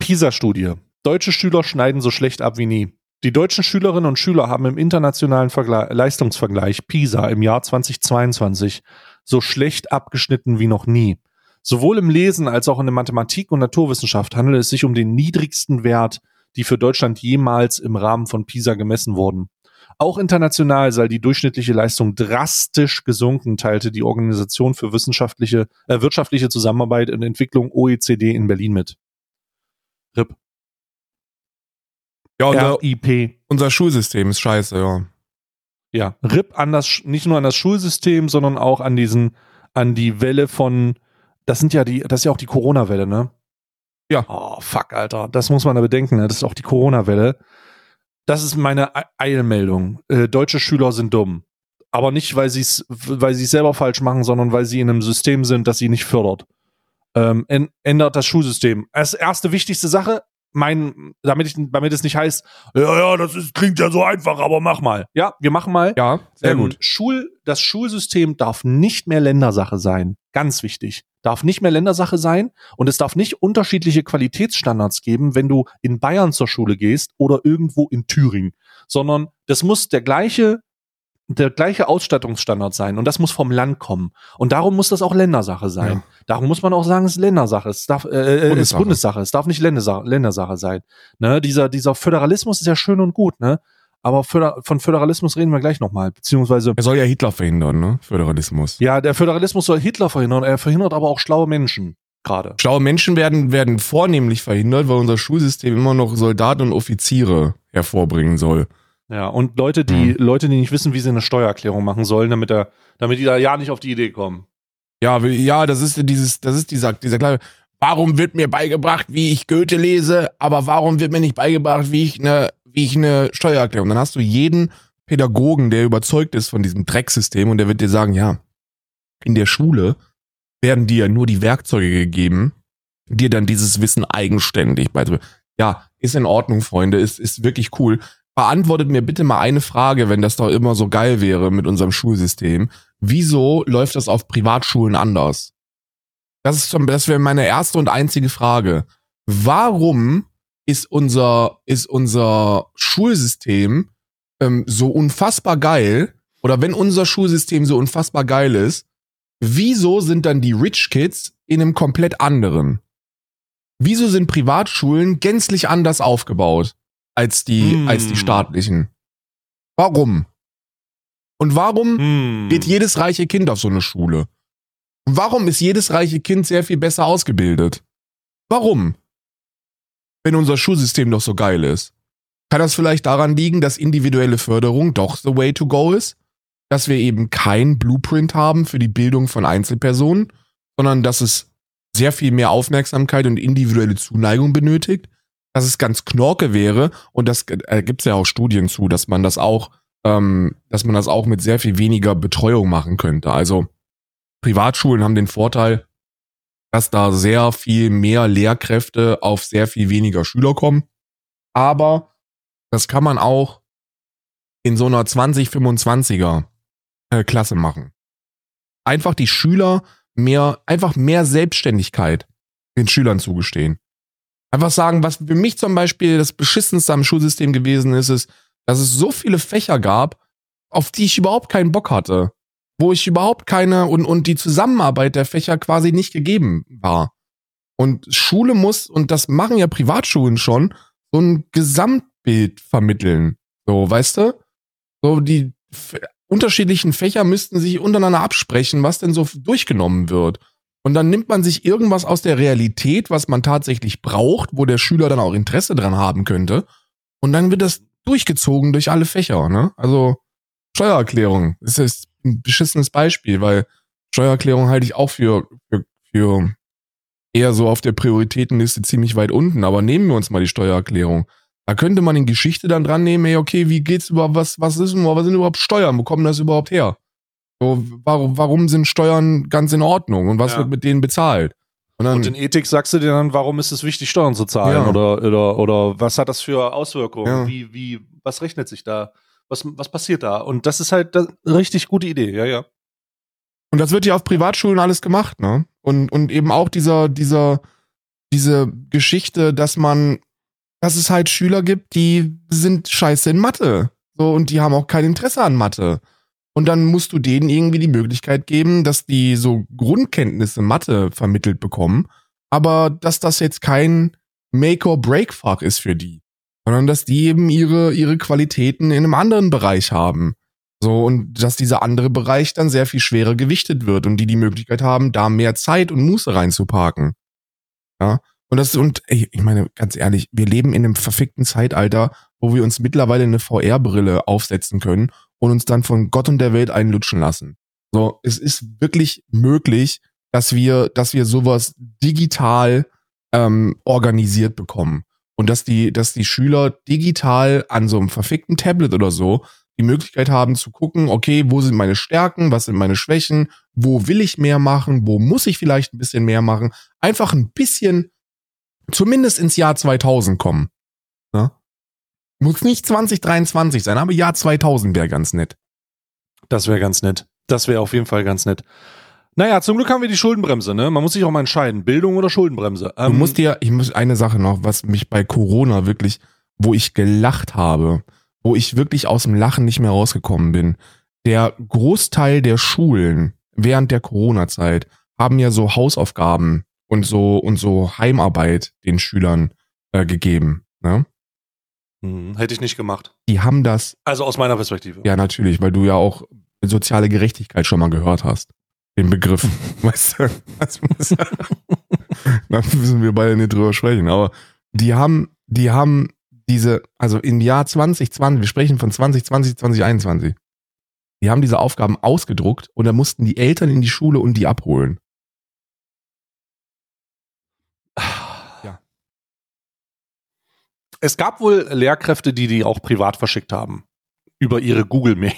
PISA-Studie. Deutsche Schüler schneiden so schlecht ab wie nie. Die deutschen Schülerinnen und Schüler haben im internationalen Vergle- Leistungsvergleich PISA im Jahr zweitausendzweiundzwanzig so schlecht abgeschnitten wie noch nie. Sowohl im Lesen als auch in der Mathematik und Naturwissenschaft handelt es sich um den niedrigsten Wert, die für Deutschland jemals im Rahmen von PISA gemessen wurden. Auch international sei die durchschnittliche Leistung drastisch gesunken, teilte die Organisation für wissenschaftliche, äh, wirtschaftliche Zusammenarbeit und Entwicklung O E C D in Berlin mit. R I P. Ja, unser, R I P. unser Schulsystem ist scheiße, ja. Ja, R I P an das, nicht nur an das Schulsystem, sondern auch an diesen, an die Welle von, das sind ja die, das ist ja auch die Corona-Welle, ne? Ja. Oh, fuck, Alter. Das muss man da bedenken, ne? Das ist auch die Corona-Welle. Das ist meine Eilmeldung. Äh, deutsche Schüler sind dumm. Aber nicht, weil sie es weil sie es selber falsch machen, sondern weil sie in einem System sind, das sie nicht fördert. Ähm, ändert das Schulsystem. Als erste wichtigste Sache, mein, damit, ich, damit es nicht heißt, ja, ja, das ist, klingt ja so einfach, aber mach mal. Ja, wir machen mal. Ja, sehr ähm, gut. Schul, das Schulsystem darf nicht mehr Ländersache sein. Ganz wichtig. Darf nicht mehr Ländersache sein und es darf nicht unterschiedliche Qualitätsstandards geben, wenn du in Bayern zur Schule gehst oder irgendwo in Thüringen, sondern das muss der gleiche der gleiche Ausstattungsstandard sein und das muss vom Land kommen. Und darum muss das auch Ländersache sein. Ja. Darum muss man auch sagen, es ist Ländersache, es darf, äh, Bundessache. ist Bundessache, es darf nicht Ländersache, Ländersache sein. Ne? Dieser, dieser Föderalismus ist ja schön und gut, ne? Aber Föder- von Föderalismus reden wir gleich nochmal, beziehungsweise... Er soll ja Hitler verhindern, ne? Föderalismus. Ja, der Föderalismus soll Hitler verhindern, er verhindert aber auch schlaue Menschen gerade. Schlaue Menschen werden, werden vornehmlich verhindert, weil unser Schulsystem immer noch Soldaten und Offiziere hervorbringen soll. Ja, und Leute, die, hm. Leute, die nicht wissen, wie sie eine Steuererklärung machen sollen, damit er, damit die da ja nicht auf die Idee kommen. Ja, ja, das ist dieses, das ist dieser, dieser kleine, warum wird mir beigebracht, wie ich Goethe lese, aber warum wird mir nicht beigebracht, wie ich eine, wie ich eine Steuererklärung? Dann hast du jeden Pädagogen, der überzeugt ist von diesem Drecksystem und der wird dir sagen, ja, in der Schule werden dir nur die Werkzeuge gegeben, dir dann dieses Wissen eigenständig beizubringen. Ja, ist in Ordnung, Freunde, ist, ist wirklich cool. Beantwortet mir bitte mal eine Frage, wenn das doch immer so geil wäre mit unserem Schulsystem. Wieso läuft das auf Privatschulen anders? Das ist, das wäre meine erste und einzige Frage. Warum ist unser, ist unser Schulsystem ähm, so unfassbar geil? Oder wenn unser Schulsystem so unfassbar geil ist, wieso sind dann die Rich Kids in einem komplett anderen? Wieso sind Privatschulen gänzlich anders aufgebaut als die, hm. als die staatlichen? Warum? Und warum hm. geht jedes reiche Kind auf so eine Schule? Und warum ist jedes reiche Kind sehr viel besser ausgebildet? Warum? Wenn unser Schulsystem doch so geil ist. Kann das vielleicht daran liegen, dass individuelle Förderung doch the way to go ist? Dass wir eben kein Blueprint haben für die Bildung von Einzelpersonen, sondern dass es sehr viel mehr Aufmerksamkeit und individuelle Zuneigung benötigt? Dass es ganz knorke wäre, und das äh, gibt es ja auch Studien zu, dass man das auch, ähm, dass man das auch mit sehr viel weniger Betreuung machen könnte. Also Privatschulen haben den Vorteil, dass da sehr viel mehr Lehrkräfte auf sehr viel weniger Schüler kommen. Aber das kann man auch in so einer zwanzig fünfundzwanziger äh, Klasse machen. Einfach die Schüler mehr, einfach mehr Selbstständigkeit den Schülern zugestehen. Einfach sagen, was für mich zum Beispiel das Beschissenste am Schulsystem gewesen ist, ist, dass es so viele Fächer gab, auf die ich überhaupt keinen Bock hatte. Wo ich überhaupt keine, und, und die Zusammenarbeit der Fächer quasi nicht gegeben war. Und Schule muss, und das machen ja Privatschulen schon, so ein Gesamtbild vermitteln. So, weißt du? So, die f- unterschiedlichen Fächer müssten sich untereinander absprechen, was denn so durchgenommen wird. Und dann nimmt man sich irgendwas aus der Realität, was man tatsächlich braucht, wo der Schüler dann auch Interesse dran haben könnte. Und dann wird das durchgezogen durch alle Fächer, ne? Also Steuererklärung, das ist ein beschissenes Beispiel, weil Steuererklärung halte ich auch für, für, für eher so auf der Prioritätenliste ziemlich weit unten. Aber nehmen wir uns mal die Steuererklärung. Da könnte man in Geschichte dann dran nehmen, ey, okay, wie geht's überhaupt, was, was ist, was sind überhaupt Steuern? Wo kommen das überhaupt her? So, warum, warum sind Steuern ganz in Ordnung und was ja. wird mit denen bezahlt? Und, dann, und in Ethik sagst du dir dann, warum ist es wichtig, Steuern zu zahlen? Ja. Oder, oder, oder was hat das für Auswirkungen? Ja. Wie, wie, was rechnet sich da? Was, was passiert da? Und das ist halt eine richtig gute Idee, ja, ja. Und das wird ja auf Privatschulen alles gemacht, ne? Und, und eben auch dieser, dieser, diese Geschichte, dass man, dass es halt Schüler gibt, die sind scheiße in Mathe. So, und die haben auch kein Interesse an Mathe. Und dann musst du denen irgendwie die Möglichkeit geben, dass die so Grundkenntnisse Mathe vermittelt bekommen, aber dass das jetzt kein Make-or-Break-Fach ist für die, sondern dass die eben ihre, ihre Qualitäten in einem anderen Bereich haben. So, und dass dieser andere Bereich dann sehr viel schwerer gewichtet wird und die die Möglichkeit haben, da mehr Zeit und Muße reinzuparken. Ja. Und das, und ey, ich meine, ganz ehrlich, wir leben in einem verfickten Zeitalter, wo wir uns mittlerweile eine V R-Brille aufsetzen können und uns dann von Gott und der Welt einlutschen lassen. So, es ist wirklich möglich, dass wir, dass wir sowas digital ähm, organisiert bekommen. Und dass die, dass die Schüler digital an so einem verfickten Tablet oder so die Möglichkeit haben zu gucken, okay, wo sind meine Stärken, was sind meine Schwächen, wo will ich mehr machen, wo muss ich vielleicht ein bisschen mehr machen. Einfach ein bisschen zumindest ins Jahr zweitausend kommen. Ja? Muss nicht zwanzig dreiundzwanzig sein, aber Jahr zweitausend wäre ganz nett. Das wäre ganz nett. Das wäre auf jeden Fall ganz nett. Naja, zum Glück haben wir die Schuldenbremse, ne? Man muss sich auch mal entscheiden, Bildung oder Schuldenbremse. Ähm, du musst dir, ich muss eine Sache noch, was mich bei Corona wirklich, wo ich gelacht habe, wo ich wirklich aus dem Lachen nicht mehr rausgekommen bin. Der Großteil der Schulen während der Corona-Zeit haben ja so Hausaufgaben und so und so Heimarbeit den Schülern äh, gegeben. Ne? Hm, hätte ich nicht gemacht. Die haben das. Also aus meiner Perspektive. Ja, natürlich, weil du ja auch soziale Gerechtigkeit schon mal gehört hast. Den Begriff. Weißt du? Das muss, da müssen wir beide nicht drüber sprechen. Aber die haben, die haben diese, also im Jahr zwanzig zwanzig, wir sprechen von zwanzig zwanzig, zwanzig einundzwanzig, die haben diese Aufgaben ausgedruckt und da mussten die Eltern in die Schule und die abholen. Ja. Es gab wohl Lehrkräfte, die die auch privat verschickt haben. Über ihre Google-Mail.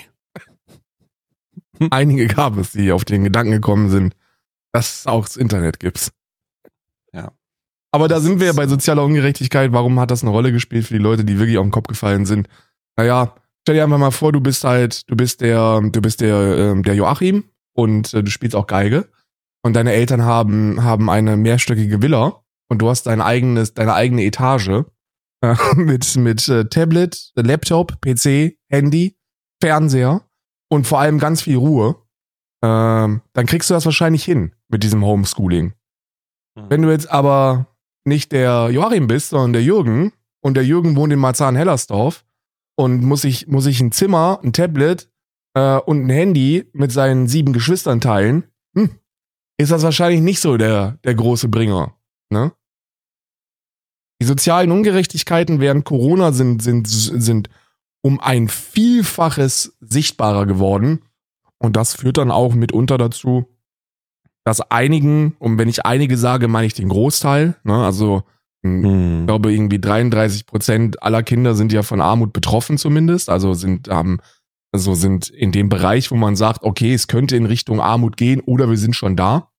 Einige gab es, die auf den Gedanken gekommen sind, dass es auch das Internet gibt. Ja. Aber da sind wir ja bei sozialer Ungerechtigkeit. Warum hat das eine Rolle gespielt für die Leute, die wirklich auf den Kopf gefallen sind? Naja, stell dir einfach mal vor, du bist halt, du bist der, du bist der, ähm, der Joachim und äh, du spielst auch Geige und deine Eltern haben, haben eine mehrstöckige Villa und du hast dein eigenes, deine eigene Etage äh, mit, mit äh, Tablet, Laptop, P C, Handy, Fernseher und vor allem ganz viel Ruhe. Ähm, dann kriegst du das wahrscheinlich hin mit diesem Homeschooling. Mhm. Wenn du jetzt aber nicht der Joachim bist, sondern der Jürgen und der Jürgen wohnt in Marzahn-Hellersdorf und muss sich muss sich ein Zimmer, ein Tablet äh, und ein Handy mit seinen sieben Geschwistern teilen, hm, ist das wahrscheinlich nicht so der, der große Bringer. Ne? Die sozialen Ungerechtigkeiten während Corona sind, sind, sind um ein Vielfaches sichtbarer geworden und das führt dann auch mitunter dazu, dass einigen, und wenn ich einige sage, meine ich den Großteil, ne, also hm. ich glaube irgendwie dreiunddreißig Prozent aller Kinder sind ja von Armut betroffen zumindest, also sind haben also sind in dem Bereich, wo man sagt, okay, es könnte in Richtung Armut gehen oder wir sind schon da.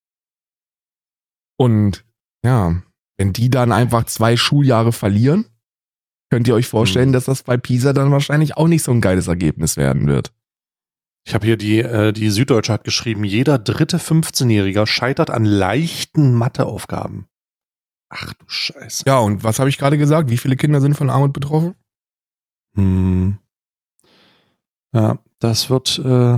Und ja, wenn die dann einfach zwei Schuljahre verlieren, könnt ihr euch vorstellen, hm. dass das bei PISA dann wahrscheinlich auch nicht so ein geiles Ergebnis werden wird. Ich habe hier die, äh, die Süddeutsche hat geschrieben, jeder dritte fünfzehnjähriger scheitert an leichten Matheaufgaben. Ach du Scheiße. Ja, und was habe ich gerade gesagt? Wie viele Kinder sind von Armut betroffen? Hm. Ja, das wird, äh,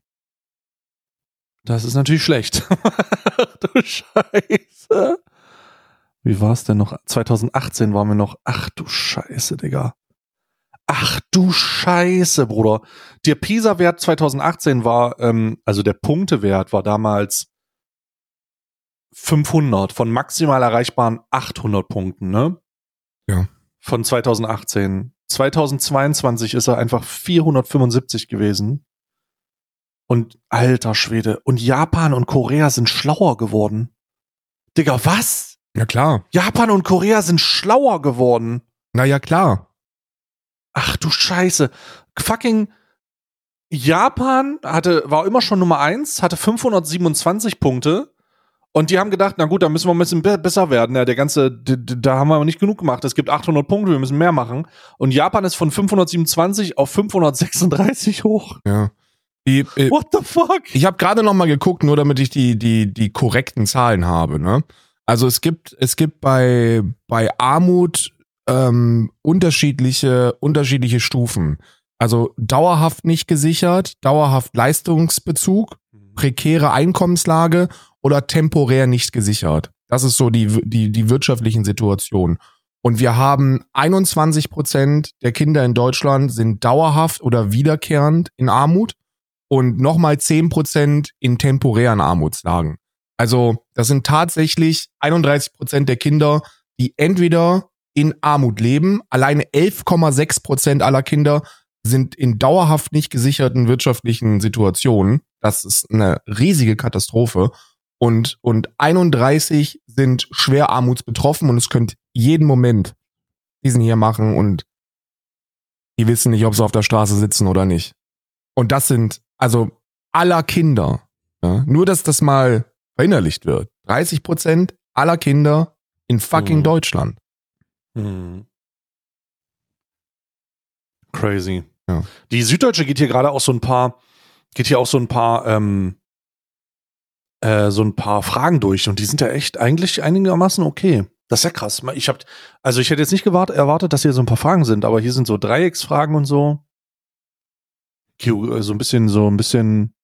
das ist natürlich schlecht. Ach du Scheiße. Wie war es denn noch? zwanzig achtzehn waren wir noch. Ach du Scheiße, Digga. Ach du Scheiße, Bruder. Der PISA-Wert zwanzig achtzehn war, ähm, also der Punktewert war damals fünfhundert von maximal erreichbaren achthundert Punkten, ne? Ja. Von zwanzig achtzehn. zweitausendzweiundzwanzig ist er einfach vierhundertfünfundsiebzig gewesen. Und alter Schwede. Und Japan und Korea sind schlauer geworden. Digga, was? Ja, klar. Japan und Korea sind schlauer geworden. Na ja, klar. Ach du Scheiße. Fucking Japan hatte, war immer schon Nummer eins, hatte fünfhundertsiebenundzwanzig Punkte und die haben gedacht, na gut, da müssen wir ein bisschen be- besser werden. Ja, der ganze, d- d- da haben wir aber nicht genug gemacht. Es gibt achthundert Punkte, wir müssen mehr machen. Und Japan ist von fünfhundertsiebenundzwanzig auf fünfhundertsechsunddreißig hoch. Ja. Die, äh, What the fuck? Ich habe gerade noch mal geguckt, nur damit ich die, die, die korrekten Zahlen habe, ne? Also es gibt, es gibt bei, bei Armut ähm, unterschiedliche, unterschiedliche Stufen. Also dauerhaft nicht gesichert, dauerhaft Leistungsbezug, prekäre Einkommenslage oder temporär nicht gesichert. Das ist so die, die, die wirtschaftlichen Situationen. Und wir haben einundzwanzig Prozent der Kinder in Deutschland sind dauerhaft oder wiederkehrend in Armut und nochmal zehn Prozent in temporären Armutslagen. Also das sind tatsächlich einunddreißig Prozent der Kinder, die entweder in Armut leben. Alleine elf Komma sechs Prozent aller Kinder sind in dauerhaft nicht gesicherten wirtschaftlichen Situationen. Das ist eine riesige Katastrophe. Und, und einunddreißig sind schwer armutsbetroffen und es könnte jeden Moment diesen hier machen und die wissen nicht, ob sie auf der Straße sitzen oder nicht. Und das sind also aller Kinder. Ja, nur, dass das mal verinnerlicht wird. dreißig Prozent aller Kinder in fucking Mhm. Deutschland. Hm. Crazy. Ja. Die Süddeutsche geht hier gerade auch so ein paar, geht hier auch so ein paar, ähm, äh, so ein paar Fragen durch und die sind ja echt eigentlich einigermaßen okay. Das ist ja krass. Ich hab, also ich hätte jetzt nicht gewart, erwartet, dass hier so ein paar Fragen sind, aber hier sind so Dreiecksfragen und so. So ein bisschen, so ein bisschen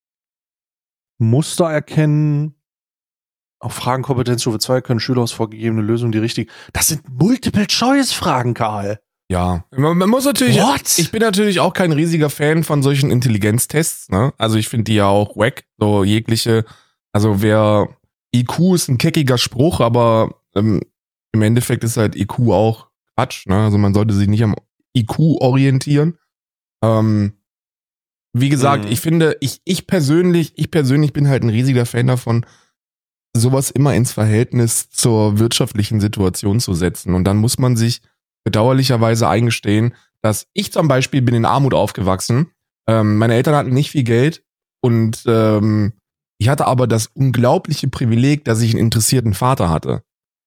Muster erkennen. Auf Fragenkompetenzstufe zwei können Schüler aus vorgegebene Lösungen die richtigen. Das sind Multiple-Choice-Fragen, Karl. Ja, man, man muss natürlich, What? ich bin natürlich auch kein riesiger Fan von solchen Intelligenztests, ne? Also ich finde die ja auch wack, so jegliche, also wer, I Q ist ein keckiger Spruch, aber ähm, im Endeffekt ist halt I Q auch Quatsch, ne? Also man sollte sich nicht am I Q orientieren. Ähm, wie gesagt, Mhm. ich finde, ich, ich persönlich, ich persönlich bin halt ein riesiger Fan davon, sowas immer ins Verhältnis zur wirtschaftlichen Situation zu setzen. Und dann muss man sich bedauerlicherweise eingestehen, dass ich zum Beispiel bin in Armut aufgewachsen. Ähm, meine Eltern hatten nicht viel Geld und ähm, ich hatte aber das unglaubliche Privileg, dass ich einen interessierten Vater hatte,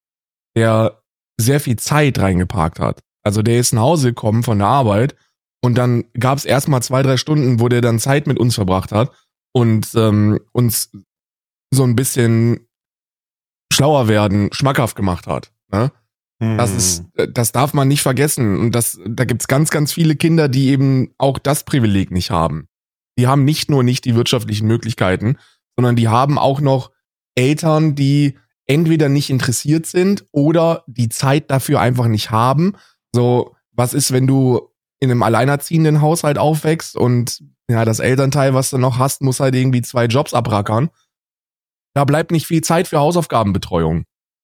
der sehr viel Zeit reingeparkt hat. Also der ist nach Hause gekommen von der Arbeit und dann gab es erstmal zwei, drei Stunden, wo der dann Zeit mit uns verbracht hat und ähm, uns so ein bisschen schlauer werden, schmackhaft gemacht hat. Ne? Das ist, das darf man nicht vergessen. Und das, da gibt's ganz, ganz viele Kinder, die eben auch das Privileg nicht haben. Die haben nicht nur nicht die wirtschaftlichen Möglichkeiten, sondern die haben auch noch Eltern, die entweder nicht interessiert sind oder die Zeit dafür einfach nicht haben. So, was ist, wenn du in einem alleinerziehenden Haushalt aufwächst und ja, das Elternteil, was du noch hast, muss halt irgendwie zwei Jobs abrackern. Da bleibt nicht viel Zeit für Hausaufgabenbetreuung.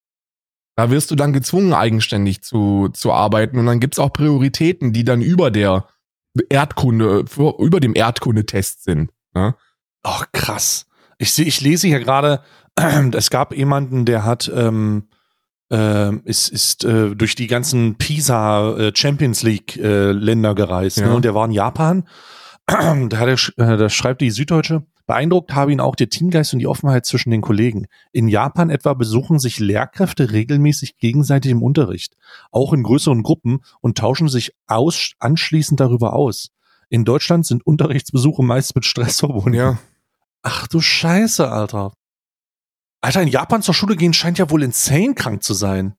Da wirst du dann gezwungen, eigenständig zu, zu arbeiten. Und dann gibt's auch Prioritäten, die dann über der Erdkunde, über dem Erdkundetest sind. Ne? Ach, krass. Ich sehe, ich lese hier gerade, äh, es gab jemanden, der hat, ähm, äh, ist, ist äh, durch die ganzen PISA äh, Champions League äh, Länder gereist. Ja. Ne? Und der war in Japan. Da, hat er, äh, da schreibt die Süddeutsche, beeindruckt habe ihn auch der Teamgeist und die Offenheit zwischen den Kollegen. In Japan etwa besuchen sich Lehrkräfte regelmäßig gegenseitig im Unterricht, auch in größeren Gruppen und tauschen sich aus, anschließend darüber aus. In Deutschland sind Unterrichtsbesuche meist mit Stress verbunden. Ja. Ach du Scheiße, Alter. Alter, in Japan zur Schule gehen scheint ja wohl insane krank zu sein.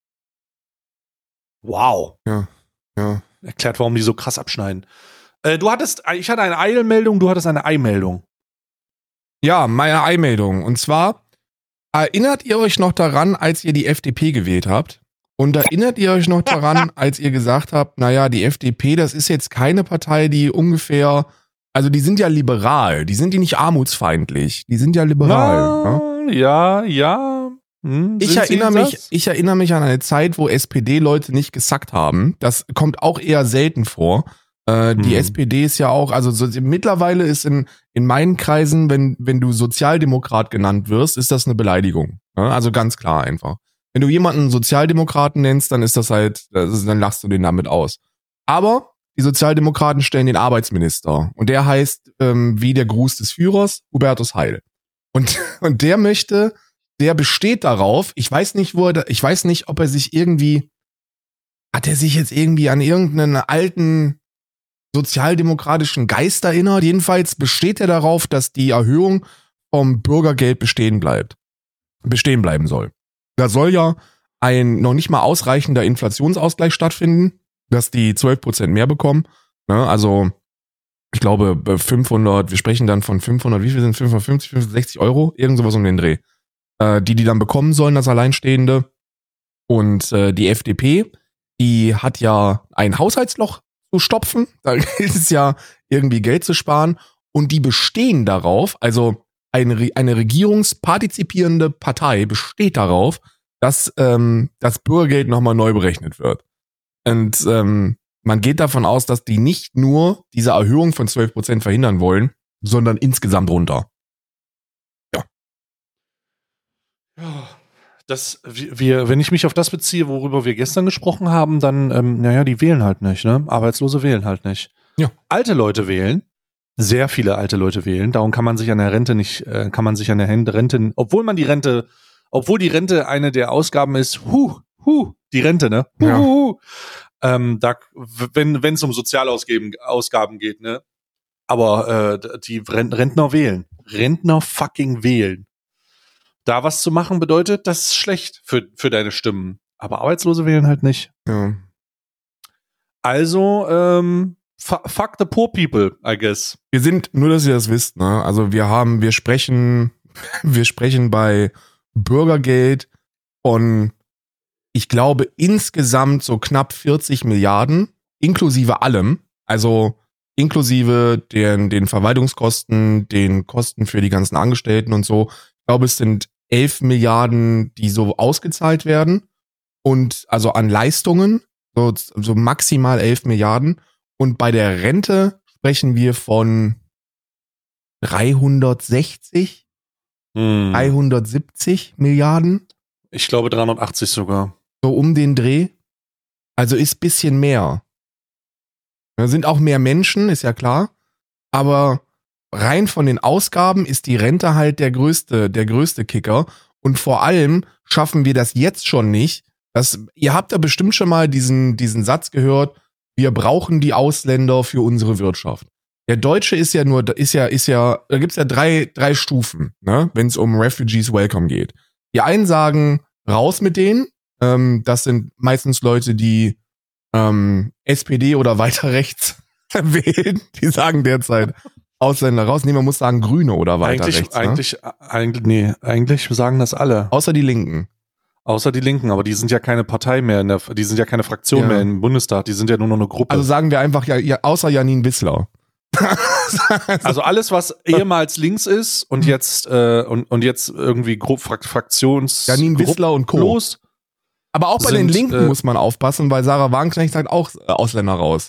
Wow. Ja. Ja. Erklärt, warum die so krass abschneiden. Äh, du hattest, ich hatte eine Eilmeldung, du hattest eine Ei-Meldung. Ja, meine Einmeldung. Und zwar, erinnert ihr euch noch daran, als ihr die F D P gewählt habt? Und erinnert ihr euch noch daran, als ihr gesagt habt, naja, die F D P, das ist jetzt keine Partei, die ungefähr, also die sind ja liberal, die sind die nicht armutsfeindlich, die sind ja liberal. Na, ne? Ja, ja. Hm, Ich sind erinnere Sie mich, das? ich erinnere mich an eine Zeit, wo S P D-Leute nicht gesackt haben. Das kommt auch eher selten vor. Äh, die Hm. S P D ist ja auch, also so, mittlerweile ist in, in meinen Kreisen, wenn, wenn du Sozialdemokrat genannt wirst, ist das eine Beleidigung. Ne? Also ganz klar einfach. Wenn du jemanden Sozialdemokraten nennst, dann ist das halt, das ist, dann lachst du den damit aus. Aber die Sozialdemokraten stellen den Arbeitsminister und der heißt ähm, wie der Gruß des Führers Hubertus Heil. Und, und der möchte, der besteht darauf, ich weiß nicht, wo er, da, ich weiß nicht, ob er sich irgendwie, hat er sich jetzt irgendwie an irgendeinen alten sozialdemokratischen Geist erinnert. Jedenfalls besteht er darauf, dass die Erhöhung vom Bürgergeld bestehen bleibt. Bestehen bleiben soll. Da soll ja ein noch nicht mal ausreichender Inflationsausgleich stattfinden, dass die zwölf Prozent mehr bekommen. Ne? Also ich glaube fünfhundert, wir sprechen dann von fünfhundert, wie viel sind fünfhundertfünfzig, fünfhundertsechzig Euro? Irgend sowas um den Dreh. Äh, die die dann bekommen sollen als Alleinstehende. Und äh, die F D P, die hat ja ein Haushaltsloch zu stopfen. Da gilt es ja irgendwie Geld zu sparen. Und die bestehen darauf, also eine, eine regierungspartizipierende Partei besteht darauf, dass ähm, das Bürgergeld nochmal neu berechnet wird. Und ähm, man geht davon aus, dass die nicht nur diese Erhöhung von zwölf Prozent verhindern wollen, sondern insgesamt runter. Ja. Ja. Das, wir, wenn ich mich auf das beziehe, worüber wir gestern gesprochen haben, dann, ähm, naja, die wählen halt nicht, ne? Arbeitslose wählen halt nicht. Ja. Alte Leute wählen. Sehr viele alte Leute wählen. Darum kann man sich an der Rente nicht, äh, kann man sich an der Rente, obwohl man die Rente, obwohl die Rente eine der Ausgaben ist, huh, huh, die Rente, ne? Huh, Ja. huh. Ähm, da, wenn wenn es um Sozialausgaben Ausgaben geht, ne? Aber äh, die Rentner wählen. Rentner fucking wählen. Da was zu machen bedeutet, das ist schlecht für, für deine Stimmen. Aber Arbeitslose wählen halt nicht. Ja. Also, ähm, fuck the poor people, I guess. Wir sind, nur dass ihr das wisst, ne? Also wir haben, wir sprechen, wir sprechen bei Bürgergeld von, ich glaube, insgesamt so knapp vierzig Milliarden, inklusive allem. Also inklusive den, den Verwaltungskosten, den Kosten für die ganzen Angestellten und so. Ich glaube, es sind elf Milliarden, die so ausgezahlt werden. Und also an Leistungen, so, so maximal elf Milliarden. Und bei der Rente sprechen wir von dreihundertsechzig, Hm. dreihundertsiebzig Milliarden. Ich glaube dreihundertachtzig sogar. So um den Dreh. Also ist bisschen mehr. Da sind auch mehr Menschen, ist ja klar. Aber rein von den Ausgaben ist die Rente halt der größte, der größte Kicker. Und vor allem schaffen wir das jetzt schon nicht. Das, ihr habt da bestimmt schon mal diesen, diesen Satz gehört, wir brauchen die Ausländer für unsere Wirtschaft. Der Deutsche ist ja nur, ist ja, ist ja, da gibt's ja drei, drei Stufen, ne, wenn es um Refugees Welcome geht. Die einen sagen, raus mit denen. Ähm, das sind meistens Leute, die ähm, S P D oder weiter rechts wählen. Die sagen derzeit Ausländer raus. Nee, man muss sagen Grüne oder weiter Eigentlich, rechts. eigentlich, ne? eigentlich, nee, eigentlich sagen das alle. Außer die Linken. Außer die Linken, aber die sind ja keine Partei mehr, in der, die sind ja keine Fraktion Ja. mehr im Bundestag, die sind ja nur noch eine Gruppe. Also sagen wir einfach, ja, ja außer Janine Wissler. Also alles, was ehemals links ist und jetzt äh, und, und jetzt irgendwie Gru Frakt Fraktions Janine Wissler und Co. Los. Aber auch bei sind, den Linken äh, muss man aufpassen, weil Sarah Wagenknecht sagt auch äh, Ausländer raus.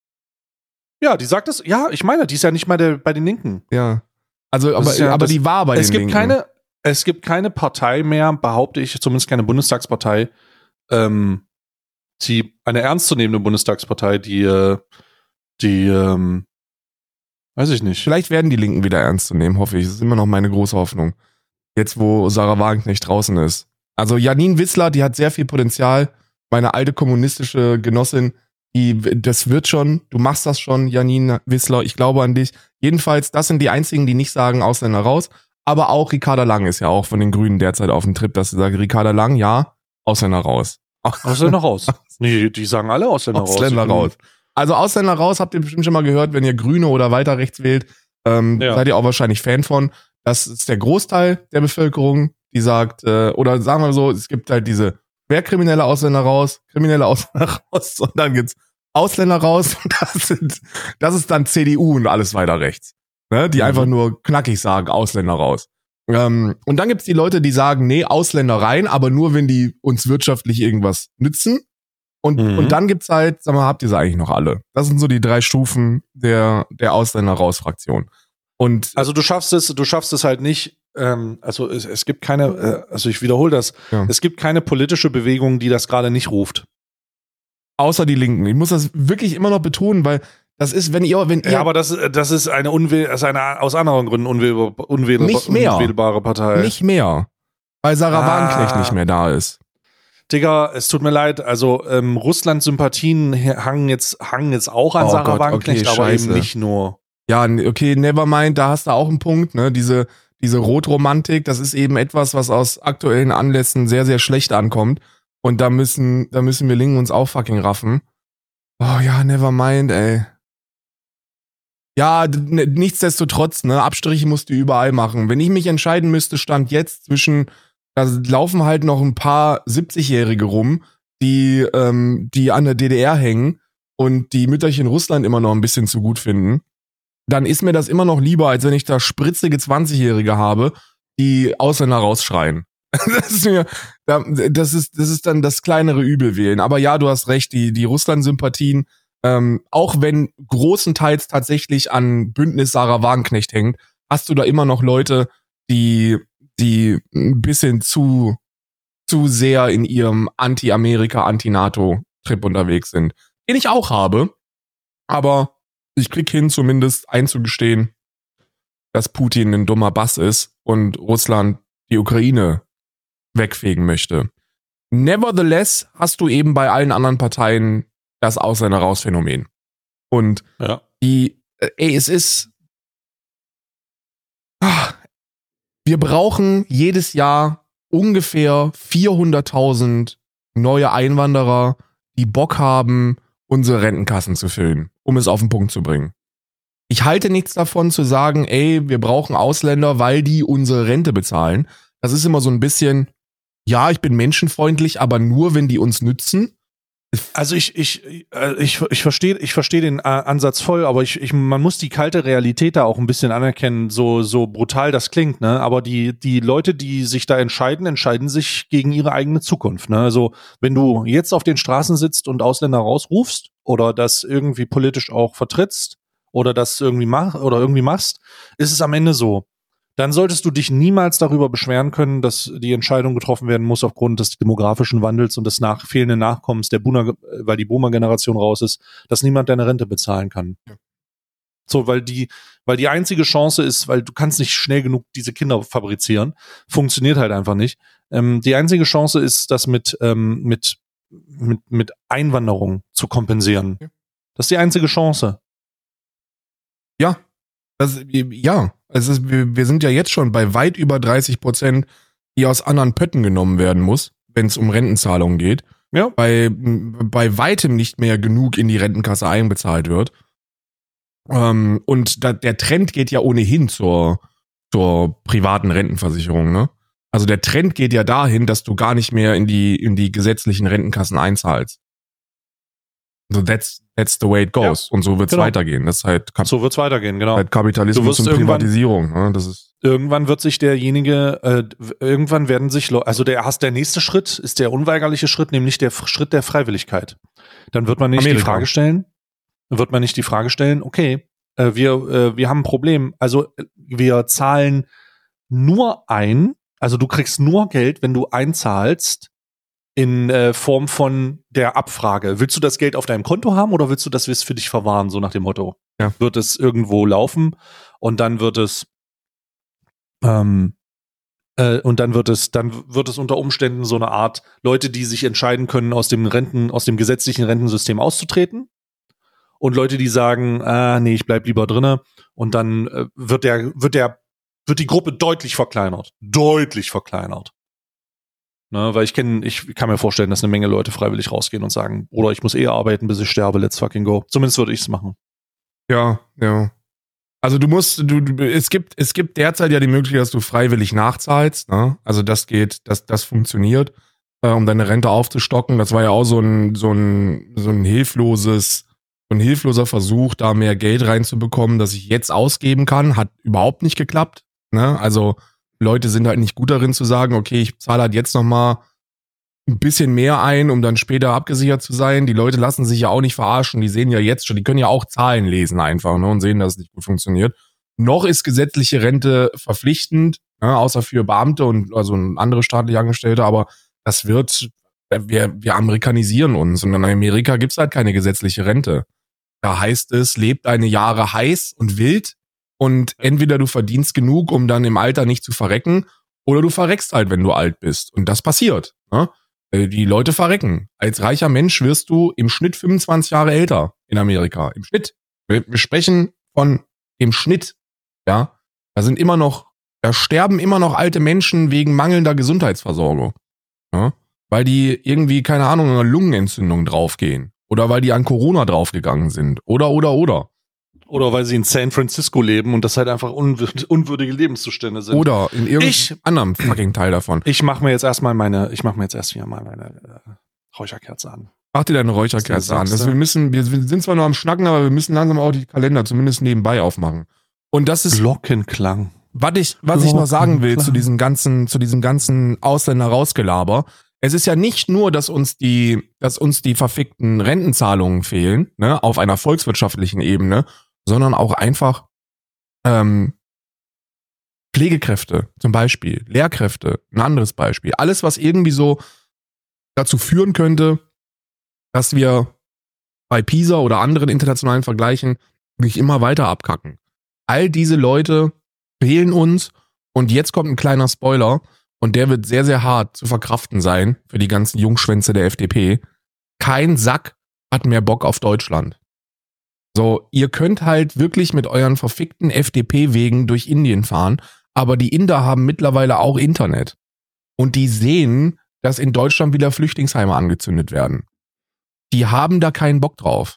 Ja, die sagt das. Ja, ich meine, die ist ja nicht mal der, bei den Linken. Ja. Also, aber, ist ja- aber das- die war bei es den gibt Linken. keine, es gibt keine Partei mehr, behaupte ich, zumindest keine Bundestagspartei, ähm, die eine ernstzunehmende Bundestagspartei, die, äh, die, ähm, weiß ich nicht. Vielleicht werden die Linken wieder ernst zu nehmen, hoffe ich. Das ist immer noch meine große Hoffnung. Jetzt, wo Sarah Wagenknecht draußen ist. Also Janine Wissler, die hat sehr viel Potenzial. Meine alte kommunistische Genossin, die, das wird schon. Du machst das schon, Janine Wissler. Ich glaube an dich. Jedenfalls, das sind die einzigen, die nicht sagen Ausländer raus. Aber auch Ricarda Lang ist ja auch von den Grünen derzeit auf dem Trip, dass sie sagen, Ricarda Lang, ja, Ausländer raus. Ausländer raus. Nee, die sagen alle Ausländer, Ausländer raus. raus. Also Ausländer raus, habt ihr bestimmt schon mal gehört, wenn ihr Grüne oder weiter rechts wählt, ähm, Ja. seid ihr auch wahrscheinlich Fan von. Das ist der Großteil der Bevölkerung, die sagt, äh, oder sagen wir so, es gibt halt diese schwerkriminelle Ausländer raus, kriminelle Ausländer raus und dann gibt's Ausländer raus und das sind, das ist dann C D U und alles weiter rechts. Ne? Die Mhm. einfach nur knackig sagen, Ausländer raus. Ähm, und dann gibt's die Leute, die sagen, nee, Ausländer rein, aber nur, wenn die uns wirtschaftlich irgendwas nützen. Und, Mhm. und dann gibt's halt, sag mal, habt ihr sie eigentlich noch alle? Das sind so die drei Stufen der, der Ausländer-Raus-Fraktion. Und Also du schaffst es, du schaffst es halt nicht, ähm, also es, es gibt keine, äh, also ich wiederhole das, Ja. es gibt keine politische Bewegung, die das gerade nicht ruft. außer die Linken. Ich muss das wirklich immer noch betonen, weil das ist, wenn ihr, wenn ihr, Ja, aber das, das ist eine, unwähl das ist eine aus anderen Gründen unwählbar, unwählbar, Nicht mehr. unwählbare Partei. nicht mehr, weil Sarah Ah. Wagenknecht nicht mehr da ist. Digga, es tut mir leid, also ähm, Russland-Sympathien hangen jetzt, hangen jetzt auch an Oh Sarah Gott, Wagenknecht, okay, aber scheiße. eben nicht nur. Ja, okay, nevermind, da hast du auch einen Punkt, ne? Diese, diese Rotromantik, das ist eben etwas, was aus aktuellen Anlässen sehr, sehr schlecht ankommt. Und da müssen, da müssen wir Linken uns auch fucking raffen. Oh ja, never mind, ey. Ja, d- nichtsdestotrotz, ne, Abstriche musst du überall machen. Wenn ich mich entscheiden müsste, stand jetzt zwischen, da laufen halt noch ein paar siebzigjährige rum, die, ähm, die an der D D R hängen und die Mütterchen Russland immer noch ein bisschen zu gut finden, dann ist mir das immer noch lieber, als wenn ich da spritzige zwanzigjährige habe, die Ausländer rausschreien. Das ist mir, das ist, das ist dann das kleinere Übel wählen. Aber ja, du hast recht, die, die Russland-Sympathien, ähm, auch wenn großenteils tatsächlich an Bündnis Sarah Wagenknecht hängt, hast du da immer noch Leute, die, die ein bisschen zu, zu sehr in ihrem Anti-Amerika, Anti-NATO-Trip unterwegs sind. Den ich auch habe, aber ich krieg hin, zumindest einzugestehen, dass Putin ein dummer Bass ist und Russland die Ukraine wegfegen möchte. Nevertheless hast du eben bei allen anderen Parteien das Ausländer-Raus-Phänomen. Und Ja. die, ey, es ist, ah, wir brauchen jedes Jahr ungefähr vierhunderttausend neue Einwanderer, die Bock haben, unsere Rentenkassen zu füllen, um es auf den Punkt zu bringen. Ich halte nichts davon zu sagen, ey, wir brauchen Ausländer, weil die unsere Rente bezahlen. Das ist immer so ein bisschen, ja, ich bin menschenfreundlich, aber nur, wenn die uns nützen. Also ich ich äh, ich ich verstehe ich verstehe den äh, Ansatz voll, aber ich, ich man muss die kalte Realität da auch ein bisschen anerkennen, so so brutal das klingt, ne? Aber die die Leute, die sich da entscheiden, entscheiden sich gegen ihre eigene Zukunft, ne? Also wenn du jetzt auf den Straßen sitzt und Ausländer rausrufst oder das irgendwie politisch auch vertrittst oder das irgendwie mach oder irgendwie machst, ist es am Ende so. Dann solltest du dich niemals darüber beschweren können, dass die Entscheidung getroffen werden muss aufgrund des demografischen Wandels und des nach, fehlenden Nachkommens der Boomer, weil die Boomer-Generation raus ist, dass niemand deine Rente bezahlen kann. Ja. So, weil die, weil die einzige Chance ist, weil du kannst nicht schnell genug diese Kinder fabrizieren, funktioniert halt einfach nicht. Ähm, die einzige Chance ist, das mit, ähm, mit, mit, mit Einwanderung zu kompensieren. Ja. Das ist die einzige Chance. Ja. Das, ja, es ist, wir, wir sind ja jetzt schon bei weit über dreißig Prozent, die aus anderen Pötten genommen werden muss, wenn es um Rentenzahlungen geht. Ja. Bei, bei weitem nicht mehr genug in die Rentenkasse einbezahlt wird. Ähm, und da, der Trend geht ja ohnehin zur, zur privaten Rentenversicherung, ne? Also der Trend geht ja dahin, dass du gar nicht mehr in die, in die gesetzlichen Rentenkassen einzahlst. So that's, that's the way it goes. Ja, und so wird's genau. weitergehen. Das ist halt Kap- so wird's weitergehen, genau. Halt Kapitalismus und Privatisierung. Ne? Das ist irgendwann wird sich derjenige, äh, irgendwann werden sich, Le- also der hast der nächste Schritt ist der unweigerliche Schritt, nämlich der F- Schritt der Freiwilligkeit. Dann wird man nicht Amerika. die Frage stellen, wird man nicht die Frage stellen, okay, äh, wir, äh, wir haben ein Problem. Also wir zahlen nur ein, also du kriegst nur Geld, wenn du einzahlst, in äh, Form von der Abfrage. Willst du das Geld auf deinem Konto haben oder willst du das für dich verwahren, so nach dem Motto? Ja. Wird es irgendwo laufen und dann wird es ähm, äh, und dann wird es dann wird es unter Umständen so eine Art Leute, die sich entscheiden können, aus dem Renten, aus dem gesetzlichen Rentensystem auszutreten und Leute, die sagen, ah, nee, ich bleib lieber drinne und dann äh, wird der wird der wird die Gruppe deutlich verkleinert, deutlich verkleinert. Ne, weil ich kenne, ich kann mir vorstellen, dass eine Menge Leute freiwillig rausgehen und sagen, oder ich muss eh arbeiten, bis ich sterbe, let's fucking go. Zumindest würde ich es machen. Ja, ja. Also du musst, du, du, es gibt, es gibt derzeit ja die Möglichkeit, dass du freiwillig nachzahlst, ne? Also das geht, das, das funktioniert, äh, um deine Rente aufzustocken. Das war ja auch so ein, so ein, so ein hilfloses, so ein hilfloser Versuch, da mehr Geld reinzubekommen, das ich jetzt ausgeben kann. Hat überhaupt nicht geklappt, ne? Also Leute sind halt nicht gut darin zu sagen, okay, ich zahle halt jetzt noch mal ein bisschen mehr ein, um dann später abgesichert zu sein. Die Leute lassen sich ja auch nicht verarschen, die sehen ja jetzt schon, die können ja auch Zahlen lesen einfach, ne, und sehen, dass es nicht gut funktioniert. Noch ist gesetzliche Rente verpflichtend, ne, außer für Beamte und also andere staatliche Angestellte, aber das wird, wir, wir amerikanisieren uns und in Amerika gibt's halt keine gesetzliche Rente. Da heißt es, lebt eine Jahre heiß und wild, und entweder du verdienst genug, um dann im Alter nicht zu verrecken, oder du verreckst halt, wenn du alt bist. Und das passiert. Ne? Die Leute verrecken. Als reicher Mensch wirst du im Schnitt fünfundzwanzig Jahre älter in Amerika. Im Schnitt. Wir, wir sprechen von dem Schnitt. Ja, da sind immer noch Da sterben immer noch alte Menschen wegen mangelnder Gesundheitsversorgung. Ja? Weil die irgendwie, keine Ahnung, an einer Lungenentzündung draufgehen. Oder weil die an Corona draufgegangen sind. Oder, oder, oder. Oder weil sie in San Francisco leben und das halt einfach unwür- unwürdige Lebenszustände sind. Oder in irgendeinem Ich- anderen fucking Teil davon. Ich mache mir jetzt erstmal meine, ich mache mir jetzt erst wieder mal meine äh, Räucherkerze an. Mach dir deine Räucherkerze Was an. sagst Das, du? wir, müssen, wir sind zwar nur am Schnacken, aber wir müssen langsam auch die Kalender zumindest nebenbei aufmachen. Und das ist, Glockenklang. was ich, was ich noch sagen will zu diesem ganzen, zu diesem ganzen Ausländer-Rausgelaber. Es ist ja nicht nur, dass uns die, dass uns die verfickten Rentenzahlungen fehlen, ne, auf einer volkswirtschaftlichen Ebene, sondern auch einfach ähm, Pflegekräfte zum Beispiel, Lehrkräfte, ein anderes Beispiel. Alles, was irgendwie so dazu führen könnte, dass wir bei PISA oder anderen internationalen Vergleichen nicht immer weiter abkacken. All diese Leute fehlen uns und jetzt kommt ein kleiner Spoiler und der wird sehr, sehr hart zu verkraften sein für die ganzen Jungschwänze der F D P. Kein Sack hat mehr Bock auf Deutschland. So, ihr könnt halt wirklich mit euren verfickten F D P-Wegen durch Indien fahren, aber die Inder haben mittlerweile auch Internet. Und die sehen, dass in Deutschland wieder Flüchtlingsheime angezündet werden. Die haben da keinen Bock drauf.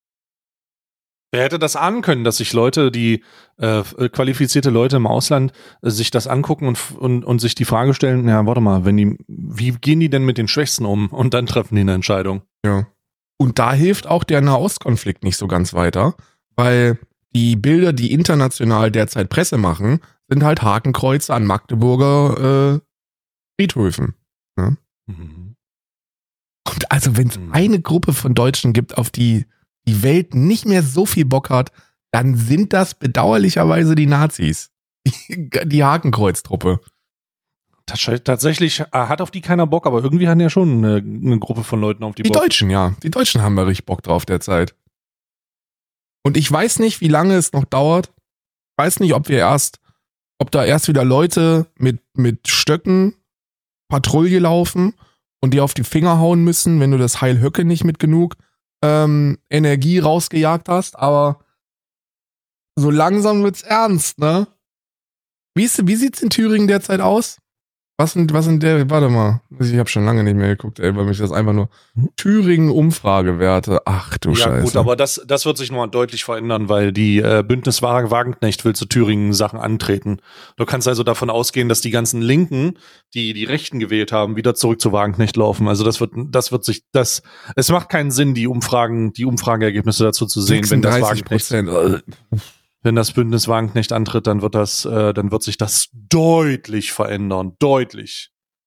Wer hätte das ahnen können, dass sich Leute, die äh, qualifizierte Leute im Ausland äh, sich das angucken und, und, und sich die Frage stellen, ja, warte mal, wenn die, wie gehen die denn mit den Schwächsten um? Und dann treffen die eine Entscheidung. Ja. Und da hilft auch der Nahostkonflikt nicht so ganz weiter, weil die Bilder, die international derzeit Presse machen, sind halt Hakenkreuze an Magdeburger äh, Friedhöfen. Ne? Mhm. Und also wenn es Mhm. eine Gruppe von Deutschen gibt, auf die die Welt nicht mehr so viel Bock hat, dann sind das bedauerlicherweise die Nazis. Die, die Hakenkreuztruppe. Tats- Tatsächlich äh, hat auf die keiner Bock, aber irgendwie haben ja schon eine, eine Gruppe von Leuten auf die, Die Bock. Deutschen, ja. Die Deutschen haben da richtig Bock drauf derzeit. Und ich weiß nicht, wie lange es noch dauert. Ich weiß nicht, ob wir erst, ob da erst wieder Leute mit, mit Stöcken Patrouille laufen und dir auf die Finger hauen müssen, wenn du das Heilhöcke nicht mit genug ähm, Energie rausgejagt hast. Aber so langsam wird's ernst, ne? Wie, ist, wie sieht's in Thüringen derzeit aus? Was sind, was sind der, warte mal, ich habe schon lange nicht mehr geguckt, ey, weil mich das einfach nur Thüringen-Umfragewerte, ach du Ja Scheiße. gut, aber das, das wird sich nochmal deutlich verändern, weil die äh, Bündnis Wa- Wagenknecht will zu Thüringen Sachen antreten. Du kannst also davon ausgehen, dass die ganzen Linken, die die Rechten gewählt haben, wieder zurück zu Wagenknecht laufen. Also das wird, das wird sich, das, es macht keinen Sinn, die Umfragen, die Umfrageergebnisse dazu zu sehen, wenn das sechsunddreißig Wagenknecht, Prozent. wenn das Bündnis Wagenknecht antritt, dann wird das, äh, dann wird sich das deutlich verändern, deutlich.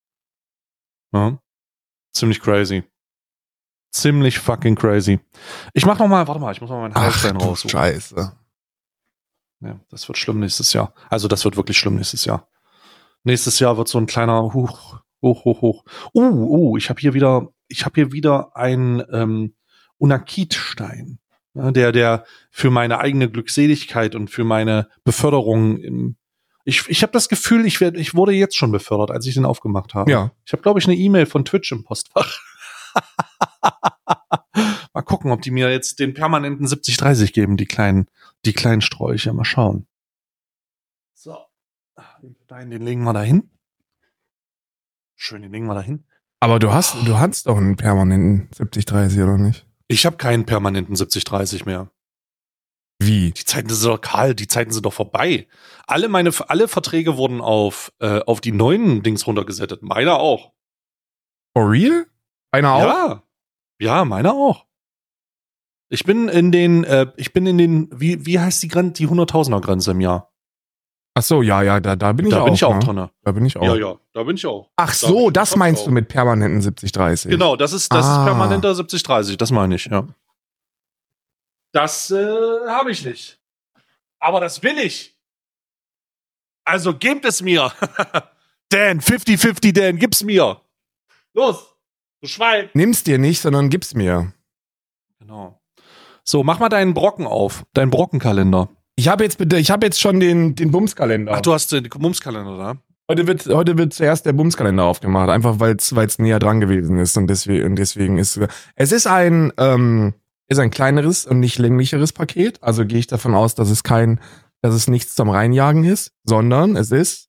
Ja? Ziemlich crazy. Ziemlich fucking crazy. Ich mach noch mal, warte mal, ich muss mal meinen Ach Heilstein du raussuchen. Scheiße. Ja, das wird schlimm nächstes Jahr. Also das wird wirklich schlimm nächstes Jahr. Nächstes Jahr wird so ein kleiner Huch, hoch, hoch, hoch. Uh, uh, ich habe hier wieder, ich habe hier wieder einen ähm, Unakitstein, ja, der, der für meine eigene Glückseligkeit und für meine Beförderung im Ich, ich habe das Gefühl, ich, werd, ich wurde jetzt schon befördert, als ich den aufgemacht habe. Ja. Ich habe, glaube ich, eine E-Mail von Twitch im Postfach. Mal gucken, ob die mir jetzt den permanenten siebzig dreißig geben, die kleinen, die kleinen Sträucher. Mal schauen. So. Den, den legen wir da hin. Schön, den legen wir da hin. Aber du hast, du hast doch einen permanenten siebzig dreißig, oder nicht? Ich habe keinen permanenten siebzig dreißig mehr. Wie? Die Zeiten sind doch kalt, die Zeiten sind doch vorbei. Alle meine, alle Verträge wurden auf, äh, auf die neuen Dings runtergesettet. Meiner auch. For real? Einer auch? Ja. Ja, meiner auch. Ich bin in den, äh, ich bin in den, wie, wie heißt die Grenze, die hunderttausender Grenze im Jahr? Ach so, ja, ja, da, da bin ich Da auch. bin ich auch ne? drin. Da bin ich auch. Ja, ja, da bin ich auch. Ach Da so, bin ich das fast meinst auch. du mit permanenten siebzig dreißig. Genau, das ist, das Ah. ist permanenter siebzig dreißig, das meine ich, ja. Das äh, habe ich nicht. Aber das will ich. Also gebt es mir. Dan, fünfzig fünfzig Dan, gib's mir. Los, du Schwein. Nimm's dir nicht, sondern gib's mir. Genau. So, mach mal deinen Brocken auf, deinen Brockenkalender. Ich habe jetzt bitte, ich habe jetzt schon den, den Bumskalender. Ach, du hast den Mumskalender da? Heute wird, heute wird zuerst der Bumskalender aufgemacht, einfach weil es näher dran gewesen ist und deswegen, und deswegen ist es ist ein ähm, ist ein kleineres und nicht länglicheres Paket, also gehe ich davon aus, dass es kein dass es nichts zum Reinjagen ist, sondern es ist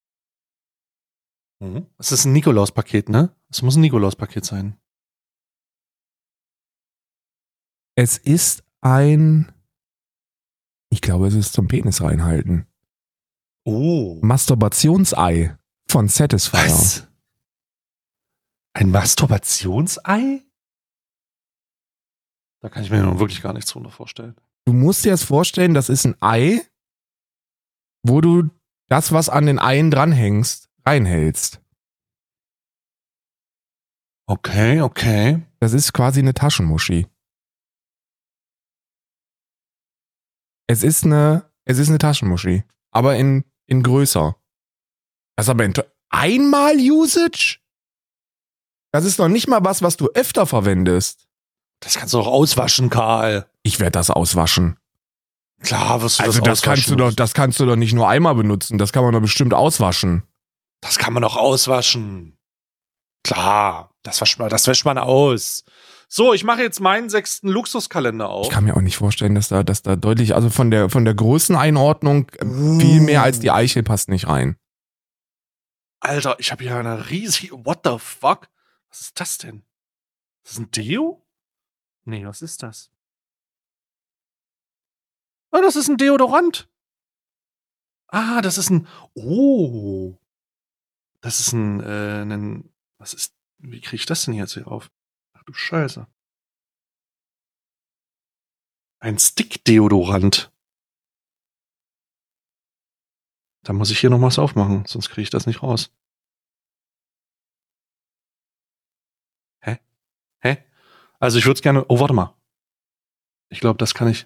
Mhm. Es ist ein Nikolaus-Paket, ne? Es muss ein Nikolaus-Paket sein. es ist ein ich glaube, es ist zum Penis reinhalten. Oh. Masturbationsei von Satisfyer. Was? Ein Masturbationsei? Da kann ich mir nun wirklich gar nichts drunter vorstellen. Du musst dir das vorstellen, das ist ein Ei, wo du das, was an den Eien dranhängst, reinhältst. Okay, okay. Das ist quasi eine Taschenmuschi. Es ist eine, es ist eine Taschenmuschi, aber in, in größer. Das ist aber in, einmal Usage? Das ist noch nicht mal was, was du öfter verwendest. Das kannst du doch auswaschen, Karl. Ich werde das auswaschen. Klar wirst du Also das das kannst du auswaschen. doch, das kannst du doch nicht nur einmal benutzen. Das kann man doch bestimmt auswaschen. Das kann man doch auswaschen. Klar, das wäscht man, das wäscht man aus. So, ich mache jetzt meinen sechsten Luxuskalender Ich auf. kann mir auch nicht vorstellen, dass da, dass da deutlich, also von der, von der Größeneinordnung, äh, viel mehr als die Eichel passt nicht rein. Alter, ich habe hier eine riesige. What the fuck? Was ist das denn? Ist das ein Deo? Nee, was ist das? Ah, das ist ein Deodorant. Ah, das ist ein. Oh. Das ist ein. Äh, ein was ist. Wie kriege ich das denn jetzt hier auf? Ach du Scheiße. Ein Stick-Deodorant. Da muss ich hier noch was aufmachen, sonst kriege ich das nicht raus. Hä? Hä? Also ich würde es gerne. Oh, warte mal. Ich glaube, das kann ich.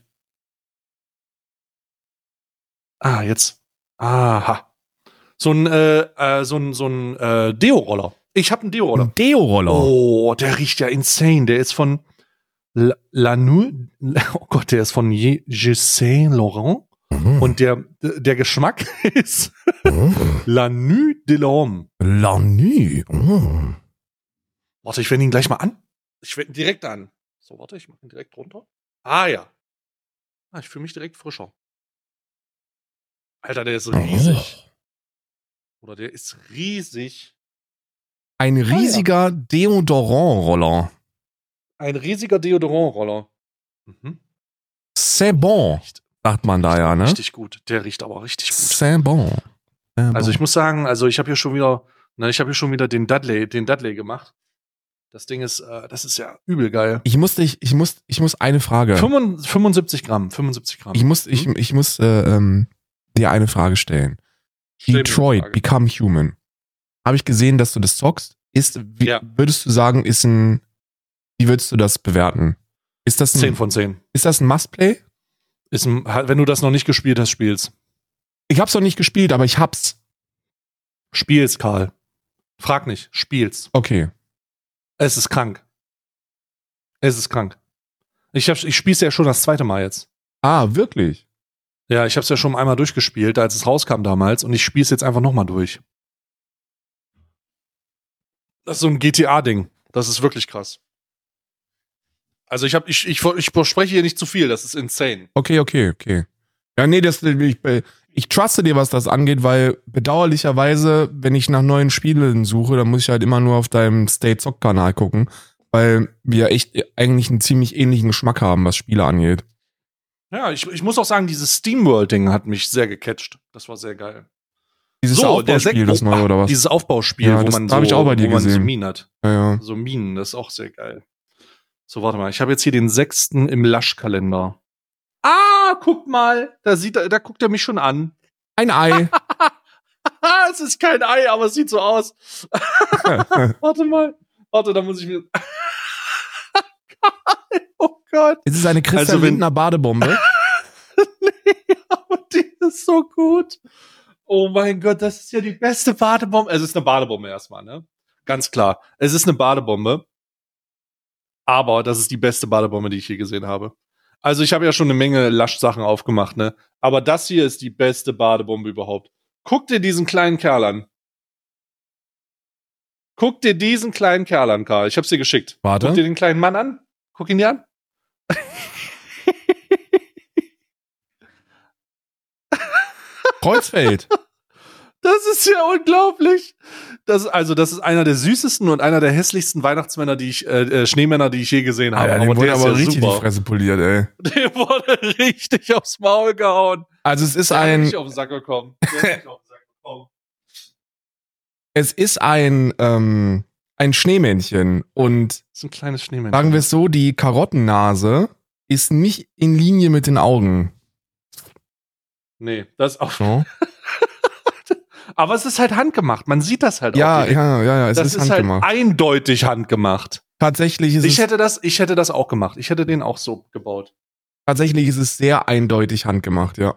Ah, jetzt. Aha. So ein, äh, äh, so ein, so ein äh, Deo-Roller. Ich habe einen Deo-Roller. Ein Deo-Roller. Oh, der riecht ja insane. Der ist von La, La Nu. Oh Gott, der ist von Yves Saint Laurent. Mhm. Und der, der Geschmack ist Mhm. La Nuit de l'Homme. La Nuit. Mhm. Warte, ich wende ihn gleich mal an. Ich wende ihn direkt an. So, warte, ich mache ihn direkt runter. Ah, ja. Ah, ich fühle mich direkt frischer. Alter, der ist riesig. Oder der ist riesig. Ein riesiger Deodorant-Roller. Ein riesiger Deodorant-Roller. Mhm. C'est bon, Riecht sagt man da ja, ne? richtig gut. Der riecht aber richtig gut. C'est bon. C'est bon. Also ich muss sagen, also ich habe hier schon wieder, na, ich habe hier schon wieder den Dudley, den Dudley gemacht. Das Ding ist, äh, das ist ja übel geil. ich muss dich, ich muss, ich muss eine Frage. fünfundsiebzig Gramm, fünfundsiebzig Gramm. Ich muss, ich, ich muss äh, ähm, dir eine Frage stellen. Stell mir eine Detroit Frage. Become Human. Habe ich gesehen, dass du das zockst? Ist, wie, Ja. würdest du sagen, ist ein, wie würdest du das bewerten? Ist das zehn ein, von zehn. ist das ein Must-Play? Ist ein, wenn du das noch nicht gespielt hast, spiel's. Ich hab's noch nicht gespielt, aber ich hab's. Spiel's, Karl. Frag nicht, spiel's. Okay. Es ist krank. Es ist krank. Ich, hab, ich spiel's ja schon das zweite Mal jetzt. Ah, wirklich? Ja, ich hab's ja schon einmal durchgespielt, als es rauskam damals, und ich spiel's jetzt einfach nochmal durch. Das ist so ein G T A-Ding. Das ist wirklich krass. Also ich hab, ich, ich, ich verspreche hier nicht zu viel, das ist insane. Okay, okay, okay. Ja, nee, das, ich, ich truste dir, was das angeht, weil bedauerlicherweise, wenn ich nach neuen Spielen suche, dann muss ich halt immer nur auf deinem Stay Zock-Kanal gucken, weil wir echt eigentlich einen ziemlich ähnlichen Geschmack haben, was Spiele angeht. Ja, ich, ich muss auch sagen, dieses SteamWorld-Ding hat mich sehr gecatcht. Das war sehr geil. Dieses So, der Aufbauspiel, Sekt- das neue, oder was? Dieses Aufbauspiel, Ja, wo das man hab so, ich auch bei dir wo man so gesehen. Minen hat. Ja, ja. So Minen, das ist auch sehr geil. So, warte mal, ich habe jetzt hier den sechsten im Lush-Kalender. Ah, guck mal, da sieht er, da guckt er mich schon an. Ein Ei. Es ist kein Ei, aber es sieht so aus. Warte mal, warte, da muss ich mir. Oh Gott. Es ist eine Christian Also wenn- Lindner Badebombe. Nee, aber die ist so gut. Oh mein Gott, das ist ja die beste Badebombe. Es ist eine Badebombe erstmal, ne? Ganz klar. Es ist eine Badebombe. Aber das ist die beste Badebombe, die ich je gesehen habe. Also ich habe ja schon eine Menge Lush-Sachen aufgemacht, ne? Aber das hier ist die beste Badebombe überhaupt. Guck dir diesen kleinen Kerl an. Guck dir diesen kleinen Kerl an, Karl. Ich hab's dir geschickt. Warte. Guck dir den kleinen Mann an. Guck ihn dir an. Kreuzfeld. Das ist ja unglaublich. Das, also, das ist einer der süßesten und einer der hässlichsten Weihnachtsmänner, die ich, äh, Schneemänner, die ich je gesehen habe. Alter, dem aber wurde der ist aber ja richtig super. die Fresse poliert, ey. Der wurde richtig aufs Maul gehauen. Also es ist Der ein, ist nicht auf den Sack gekommen. Der ist nicht auf den Sack gekommen. es ist ein, ähm, ein Schneemännchen und Das ist ein kleines Schneemännchen. sagen wir es so, die Karottennase ist nicht in Linie mit den Augen. Nee, das ist auch. So. Aber es ist halt handgemacht. Man sieht das halt Ja, auch direkt. ja, ja, ja, es Das ist ist halt handgemacht. eindeutig handgemacht. Tatsächlich ist Ich es, hätte das, ich hätte das auch gemacht. Ich hätte den auch so gebaut. tatsächlich ist es sehr eindeutig handgemacht, ja.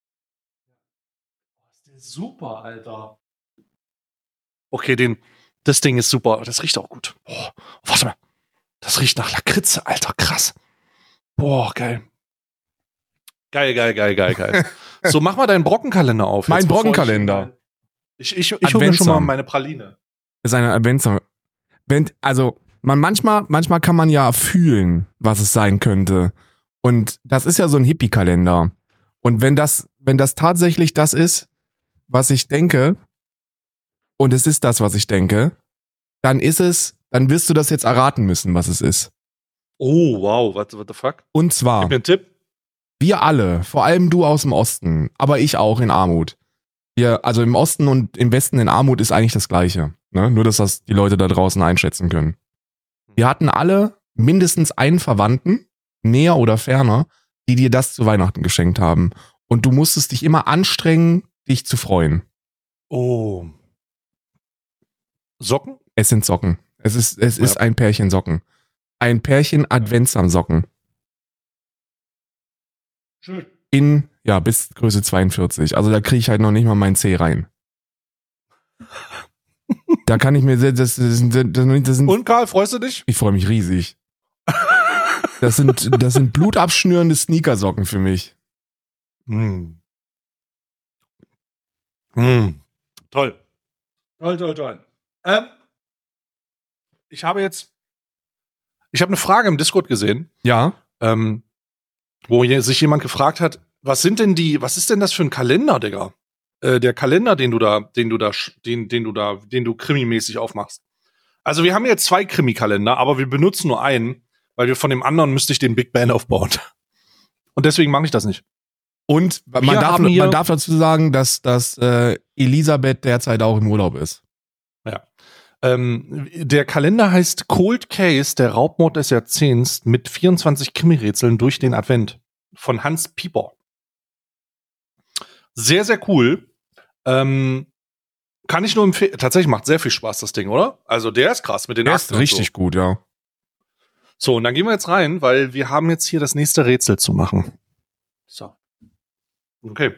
Super, Alter. Okay, den, das Ding ist super. Das riecht auch gut. Oh, warte mal. Das riecht nach Lakritze, Alter. Krass. Boah, geil. Geil, geil, geil, geil, geil. So, mach mal deinen Brockenkalender auf. Mein jetzt, bevor Brockenkalender. Ich, ich, ich, ich hole mir schon mal Adventsam. meine Praline. Ist eine Adventsam. Wenn, also, man manchmal, manchmal kann man ja fühlen, was es sein könnte. Und das ist ja so ein Hippie-Kalender. Und wenn das, wenn das tatsächlich das ist, was ich denke, und es ist das, was ich denke, dann ist es, dann wirst du das jetzt erraten müssen, was es ist. Oh, wow. What, what the fuck? Und zwar, Gib mir einen Tipp. wir alle, vor allem du aus dem Osten, aber ich auch in Armut. Wir, also im Osten und im Westen in Armut ist eigentlich das Gleiche. Ne? Nur, dass das die Leute da draußen einschätzen können. Wir hatten alle mindestens einen Verwandten, näher oder ferner, die dir das zu Weihnachten geschenkt haben. Und du musstest dich immer anstrengen, dich zu freuen. Oh. Socken? Es sind Socken. Es ist, es ist Ja. ein Pärchen Socken. Ein Pärchen Adventsam-Socken. Schön. In, ja, bis Größe zweiundvierzig. Also da kriege ich halt noch nicht mal mein C rein. Da kann ich mir, das, das, das, das sind, Und Karl, freust du dich? ich freue mich riesig. Das sind, das sind blutabschnürende Sneakersocken für mich. Mm. Mm. Toll. Toll, toll, toll. Ähm, ich habe jetzt, ich habe eine Frage im Discord gesehen, Ja. ähm, wo je- sich jemand gefragt hat, was sind denn die, was ist denn das für ein Kalender, Digga? Äh, der Kalender, den du da, den du da, sch- den, den du da, den du krimimäßig aufmachst. Also wir haben jetzt zwei Krimi-Kalender, aber wir benutzen nur einen, weil wir von dem anderen müsste ich den Big Band aufbauen. Und deswegen mache ich das nicht. Und man Wir darf, haben hier- man darf dazu sagen, dass, dass äh, Elisabeth derzeit auch im Urlaub ist. Ähm, der Kalender heißt Cold Case, der Raubmord des Jahrzehnts mit vierundzwanzig Krimi-Rätseln durch den Advent von Hans Pieper. Sehr, sehr cool. Ähm, kann ich nur empfehlen. Tatsächlich macht sehr viel Spaß, das Ding, oder? Also der ist krass mit den Der ist Akten und richtig gut, ja. So. So, und dann gehen wir jetzt rein, weil wir haben jetzt hier das nächste Rätsel zu machen. So. Okay.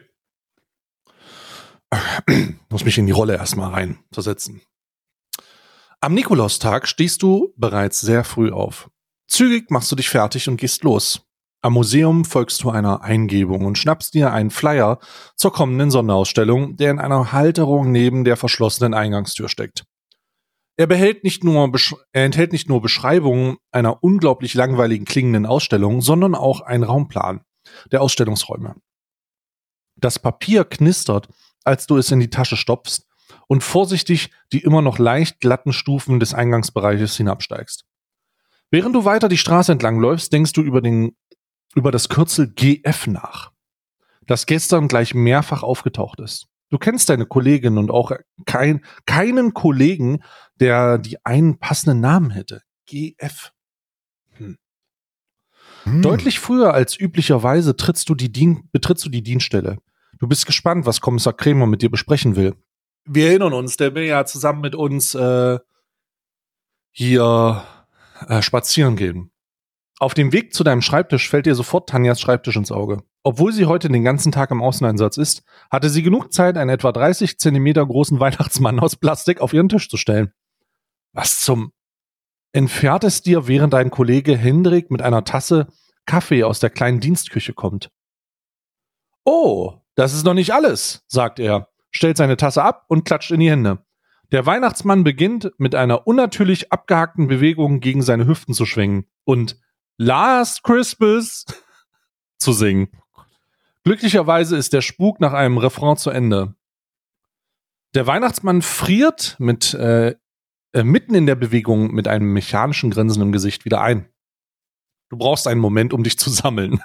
Muss mich in die Rolle erstmal rein versetzen. Am Nikolaustag stehst du bereits sehr früh auf. Zügig machst du dich fertig und gehst los. Am Museum folgst du einer Eingebung und schnappst dir einen Flyer zur kommenden Sonderausstellung, der in einer Halterung neben der verschlossenen Eingangstür steckt. Er, behält nicht nur Besch- er enthält nicht nur Beschreibungen einer unglaublich langweiligen klingenden Ausstellung, sondern auch einen Raumplan der Ausstellungsräume. Das Papier knistert, als du es in die Tasche stopfst und vorsichtig die immer noch leicht glatten Stufen des Eingangsbereiches hinabsteigst. Während du weiter die Straße entlang läufst, denkst du über, den, über das Kürzel G F nach, das gestern gleich mehrfach aufgetaucht ist. Du kennst deine Kollegin und auch kein, keinen Kollegen, der die einen passenden Namen hätte. G F. Hm. Hm. Deutlich früher als üblicherweise trittst du die Dien- betrittst du die Dienststelle. Du bist gespannt, was Kommissar Krämer mit dir besprechen will. Wir erinnern uns, der will ja zusammen mit uns äh, hier äh, spazieren gehen. Auf dem Weg zu deinem Schreibtisch fällt dir sofort Tanjas Schreibtisch ins Auge. Obwohl sie heute den ganzen Tag im Außeneinsatz ist, hatte sie genug Zeit, einen etwa dreißig Zentimeter großen Weihnachtsmann aus Plastik auf ihren Tisch zu stellen. Was zum... Entfernt es dir, während dein Kollege Hendrik mit einer Tasse Kaffee aus der kleinen Dienstküche kommt. Oh, das ist noch nicht alles, sagt er, stellt seine Tasse ab und klatscht in die Hände. Der Weihnachtsmann beginnt mit einer unnatürlich abgehackten Bewegung gegen seine Hüften zu schwingen und Last Christmas zu singen. Glücklicherweise ist der Spuk nach einem Refrain zu Ende. Der Weihnachtsmann friert mit, äh, äh, mitten in der Bewegung mit einem mechanischen Grinsen im Gesicht wieder ein. Du brauchst einen Moment, um dich zu sammeln.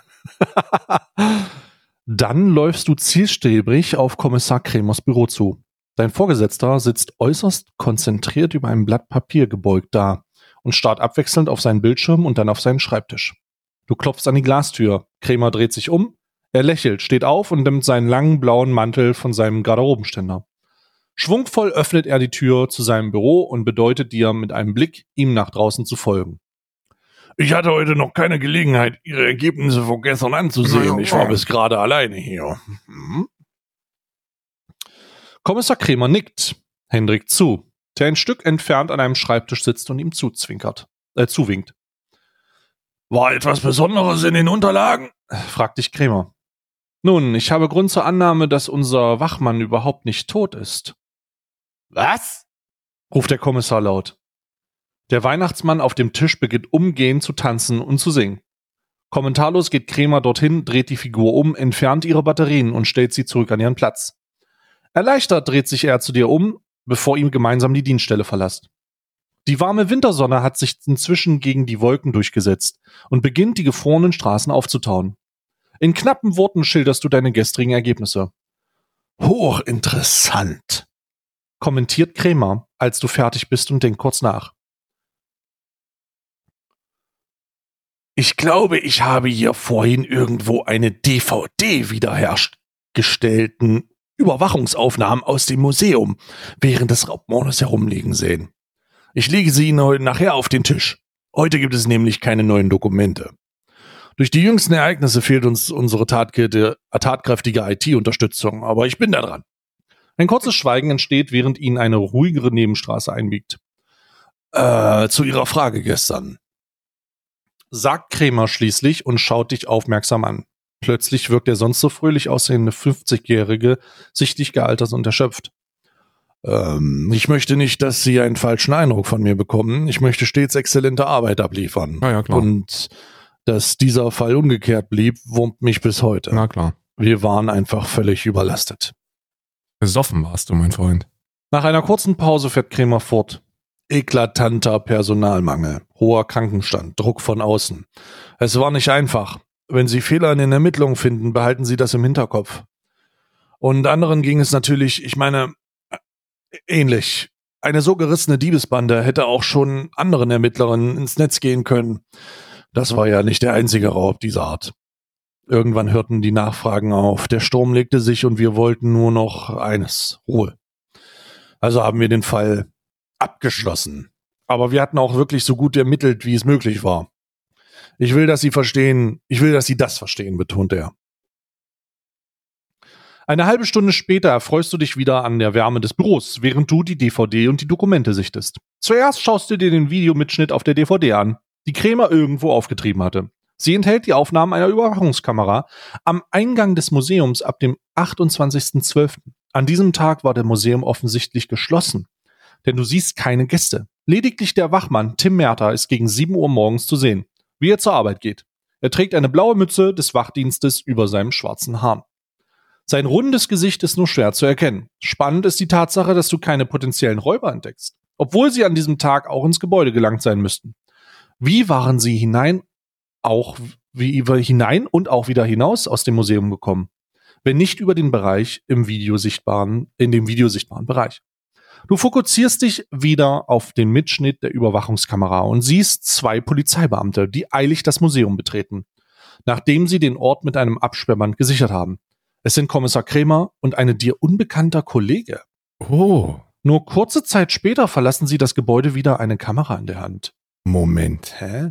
Dann läufst du zielstrebig auf Kommissar Kremers Büro zu. Dein Vorgesetzter sitzt äußerst konzentriert über ein Blatt Papier gebeugt da und starrt abwechselnd auf seinen Bildschirm und dann auf seinen Schreibtisch. Du klopfst an die Glastür. Kremer dreht sich um. Er lächelt, steht auf und nimmt seinen langen blauen Mantel von seinem Garderobenständer. Schwungvoll öffnet er die Tür zu seinem Büro und bedeutet dir mit einem Blick, ihm nach draußen zu folgen. Ich hatte heute noch keine Gelegenheit, Ihre Ergebnisse von gestern anzusehen. Ich war bis gerade alleine hier. Hm? Kommissar Kremer nickt Hendrik zu, der ein Stück entfernt an einem Schreibtisch sitzt und ihm zuzwinkert, äh, zuwinkt. War etwas Besonderes in den Unterlagen? Fragt dich Kremer. Nun, ich habe Grund zur Annahme, dass unser Wachmann überhaupt nicht tot ist. Was? Ruft der Kommissar laut. Der Weihnachtsmann auf dem Tisch beginnt umgehend zu tanzen und zu singen. Kommentarlos geht Kremer dorthin, dreht die Figur um, entfernt ihre Batterien und stellt sie zurück an ihren Platz. Erleichtert dreht sich er zu dir um, bevor ihr gemeinsam die Dienststelle verlasst. Die warme Wintersonne hat sich inzwischen gegen die Wolken durchgesetzt und beginnt, die gefrorenen Straßen aufzutauen. In knappen Worten schilderst du deine gestrigen Ergebnisse. Hochinteressant, kommentiert Kremer, als du fertig bist und denkt kurz nach. Ich glaube, ich habe hier vorhin irgendwo eine D V D wiederhergestellten Überwachungsaufnahmen aus dem Museum während des Raubmordes herumliegen sehen. Ich lege sie Ihnen heute nachher auf den Tisch. Heute gibt es nämlich keine neuen Dokumente. Durch die jüngsten Ereignisse fehlt uns unsere tatkräftige, tatkräftige I T-Unterstützung, aber ich bin da dran. Ein kurzes Schweigen entsteht, während Ihnen eine ruhigere Nebenstraße einbiegt. Äh, zu Ihrer Frage gestern. Sagt Kremer schließlich und schaut dich aufmerksam an. Plötzlich wirkt der sonst so fröhlich aussehende fünfzigjährige sichtlich gealtert und erschöpft. Ähm, ich möchte nicht, dass Sie einen falschen Eindruck von mir bekommen. Ich möchte stets exzellente Arbeit abliefern. Ja, ja, klar. Und dass dieser Fall umgekehrt blieb, wurmt mich bis heute. Na klar. Wir waren einfach völlig überlastet. Besoffen warst du, mein Freund. Nach einer kurzen Pause fährt Kremer fort. Eklatanter Personalmangel, hoher Krankenstand, Druck von außen. Es war nicht einfach. Wenn Sie Fehler in den Ermittlungen finden, behalten Sie das im Hinterkopf. Und anderen ging es natürlich, ich meine, ähnlich. Eine so gerissene Diebesbande hätte auch schon anderen Ermittlerinnen ins Netz gehen können. Das war ja nicht der einzige Raub dieser Art. Irgendwann hörten die Nachfragen auf. Der Sturm legte sich und wir wollten nur noch eines, Ruhe. Also haben wir den Fall abgeschlossen. Aber wir hatten auch wirklich so gut ermittelt, wie es möglich war. Ich will, dass Sie verstehen, ich will, dass Sie das verstehen, betont er. Eine halbe Stunde später erfreust du dich wieder an der Wärme des Büros, während du die D V D und die Dokumente sichtest. Zuerst schaust du dir den Videomitschnitt auf der D V D an, die Kremer irgendwo aufgetrieben hatte. Sie enthält die Aufnahmen einer Überwachungskamera am Eingang des Museums ab dem achtundzwanzigsten zwölften An diesem Tag war das Museum offensichtlich geschlossen, denn du siehst keine Gäste. Lediglich der Wachmann Tim Merter ist gegen sieben Uhr morgens zu sehen, wie er zur Arbeit geht. Er trägt eine blaue Mütze des Wachdienstes über seinem schwarzen Haar. Sein rundes Gesicht ist nur schwer zu erkennen. Spannend ist die Tatsache, dass du keine potenziellen Räuber entdeckst, obwohl sie an diesem Tag auch ins Gebäude gelangt sein müssten. Wie waren sie hinein, auch wie hinein und auch wieder hinaus aus dem Museum gekommen, wenn nicht über den Bereich im Video sichtbaren, in dem Video sichtbaren Bereich? Du fokussierst dich wieder auf den Mitschnitt der Überwachungskamera und siehst zwei Polizeibeamte, die eilig das Museum betreten, nachdem sie den Ort mit einem Absperrband gesichert haben. Es sind Kommissar Kremer und eine dir unbekannter Kollege. Oh. Nur kurze Zeit später verlassen sie das Gebäude wieder, eine Kamera in der Hand. Moment. Hä?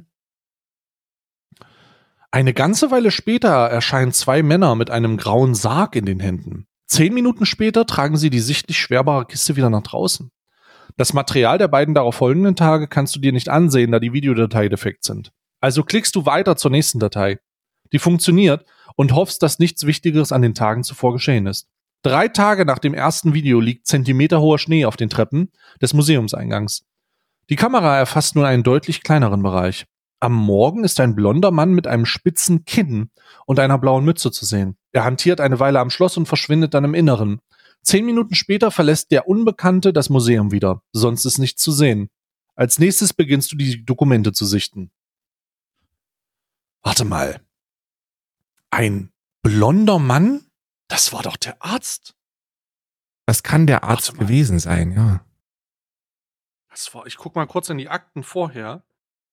Eine ganze Weile später erscheinen zwei Männer mit einem grauen Sarg in den Händen. Zehn Minuten später tragen sie die sichtlich schwerbare Kiste wieder nach draußen. Das Material der beiden darauf folgenden Tage kannst du dir nicht ansehen, da die Videodatei defekt sind. Also klickst du weiter zur nächsten Datei. Die funktioniert und hoffst, dass nichts Wichtigeres an den Tagen zuvor geschehen ist. Drei Tage nach dem ersten Video liegt zentimeterhoher Schnee auf den Treppen des Museumseingangs. Die Kamera erfasst nun einen deutlich kleineren Bereich. Am Morgen ist ein blonder Mann mit einem spitzen Kinn und einer blauen Mütze zu sehen. Er hantiert eine Weile am Schloss und verschwindet dann im Inneren. Zehn Minuten später verlässt der Unbekannte das Museum wieder. Sonst ist nichts zu sehen. Als nächstes beginnst du die Dokumente zu sichten. Warte mal. Ein blonder Mann? Das war doch der Arzt. Das kann der Arzt gewesen sein, ja. Das war, ich guck mal kurz in die Akten vorher.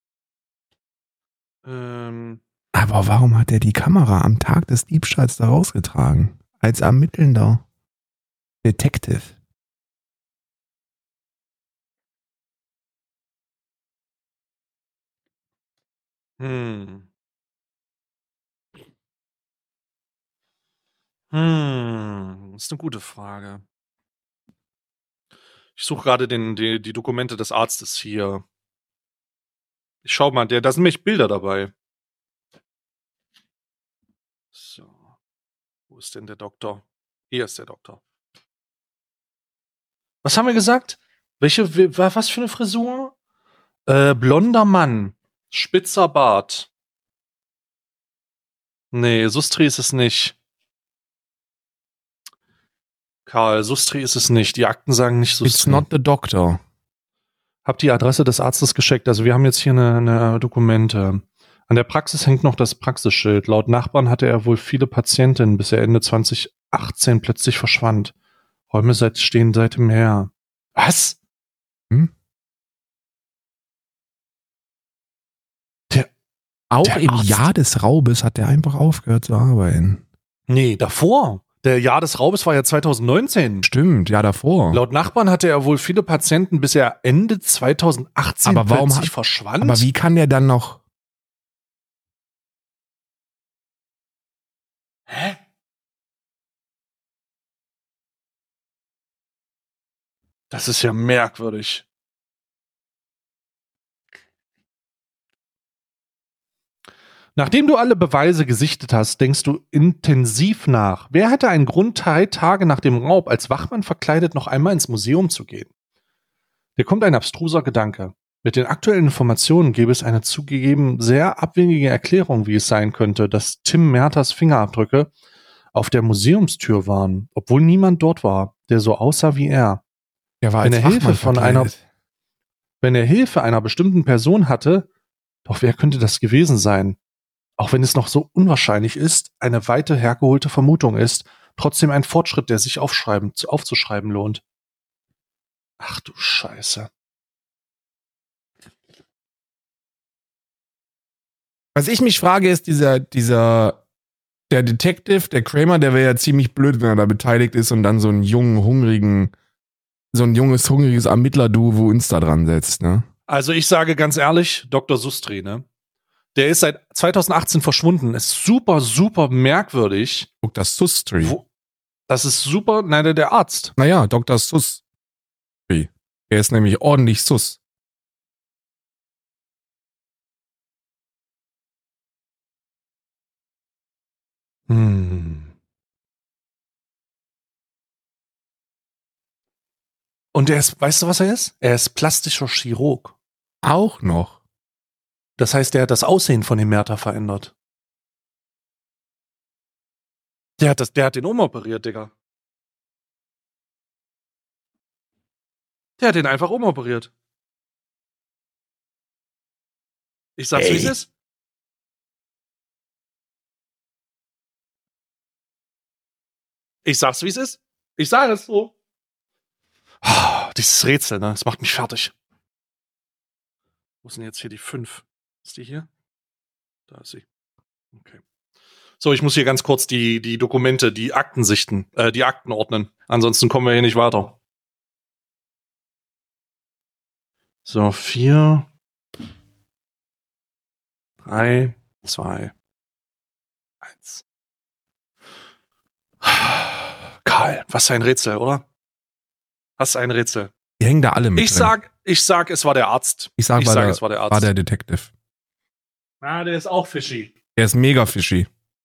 Ähm, Aber warum hat er die Kamera am Tag des Diebstahls da rausgetragen? Als ermittelnder Detective. Hm. Hm. Das ist eine gute Frage. Ich suche gerade den, die, die Dokumente des Arztes hier. Ich schau mal, der, da sind nämlich Bilder dabei. So. Wo ist denn der Doktor? Hier ist der Doktor. Was haben wir gesagt? Welche, was für eine Frisur? Äh, blonder Mann. Spitzer Bart. Nee, Sustri ist es nicht. Karl, Sustri ist es nicht. Die Akten sagen nicht Sustri. It's not the doctor. Hab die Adresse des Arztes gescheckt. Also wir haben jetzt hier eine, eine Dokumente. An der Praxis hängt noch das Praxisschild. Laut Nachbarn hatte er wohl viele Patientinnen, bis er Ende zwanzig achtzehn plötzlich verschwand. Räume seit, stehen seitdem her. Was? Hm? Der, Auch der im Arzt? Jahr des Raubes hat er einfach aufgehört zu arbeiten. Nee, davor. Der Jahr des Raubes war ja zwanzig neunzehn. Stimmt, ja davor. Laut Nachbarn hatte er wohl viele Patienten, bis er Ende zwanzig achtzehn Aber warum plötzlich hat- verschwand. Aber wie kann der dann noch... Hä? Das ist ja merkwürdig. Nachdem du alle Beweise gesichtet hast, denkst du intensiv nach. Wer hätte einen Grund, drei Tage nach dem Raub als Wachmann verkleidet noch einmal ins Museum zu gehen? Dir kommt ein abstruser Gedanke. Mit den aktuellen Informationen gäbe es eine zugegeben sehr abwegige Erklärung, wie es sein könnte, dass Tim Merters Fingerabdrücke auf der Museumstür waren, obwohl niemand dort war, der so aussah wie er. Der war Wenn als er Hilfe Wachmann von verkleidet. Wenn er Hilfe einer bestimmten Person hatte, doch wer könnte das gewesen sein? Auch wenn es noch so unwahrscheinlich ist, eine weite hergeholte Vermutung ist, trotzdem ein Fortschritt, der sich aufschreiben, zu- aufzuschreiben lohnt. Ach du Scheiße. Was ich mich frage, ist dieser, dieser, der Detective, der Kramer, der wäre ja ziemlich blöd, wenn er da beteiligt ist und dann so einen jungen, hungrigen, so ein junges, hungriges Ermittler-Duo uns da dran setzt, ne? Also ich sage ganz ehrlich, Doktor Sustri, ne? Der ist seit zwanzig achtzehn verschwunden. Ist super, super merkwürdig. Guck, das Sustri. Wo, das ist super, nein, der, der Arzt. Naja, Doktor Sus. Er ist nämlich ordentlich sus. Hm. Und er ist, weißt du, was er ist? Er ist plastischer Chirurg. Auch noch. Das heißt, er hat das Aussehen von dem Märter verändert. Der hat, das, der hat den umoperiert, Digga. Der hat den einfach umoperiert. Ich sag's, Ey. wie es ist. Ich sag's, wie es ist. Ich sage es so. Ah, dieses Rätsel, ne? Das macht mich fertig. Wo ist denn jetzt hier die fünf? Ist die hier? Da ist sie. Okay. So, ich muss hier ganz kurz die, die Dokumente, die Akten sichten, äh, die Akten ordnen. Ansonsten kommen wir hier nicht weiter. So, vier, drei, zwei, eins. Karl, was für ein Rätsel, oder? Was für ein Rätsel. Die hängen da alle mit Ich drin. sag, ich sag, es war der Arzt. ich sag, ich war, sag der, es war der Arzt. war der Detective. Ah, der ist auch fishy. Der ist mega fishy.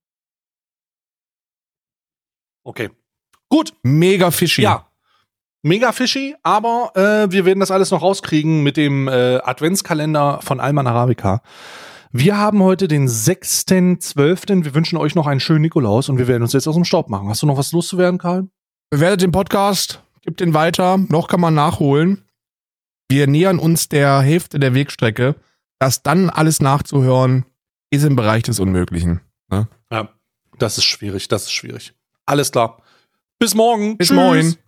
Okay. Gut. Mega fishy. Ja. Mega fishy, aber äh, wir werden das alles noch rauskriegen mit dem äh, Adventskalender von Alman Arabica. Wir haben heute den sechsten zwölften Wir wünschen euch noch einen schönen Nikolaus und wir werden uns jetzt aus dem Staub machen. Hast du noch was loszuwerden, Karl? Bewertet den Podcast, gibt den weiter. Noch kann man nachholen. Wir nähern uns der Hälfte der Wegstrecke. Das dann alles nachzuhören, ist im Bereich des Unmöglichen. Ne? Ja, das ist schwierig, das ist schwierig. Alles klar. Bis morgen. Bis Tschüss. morgen.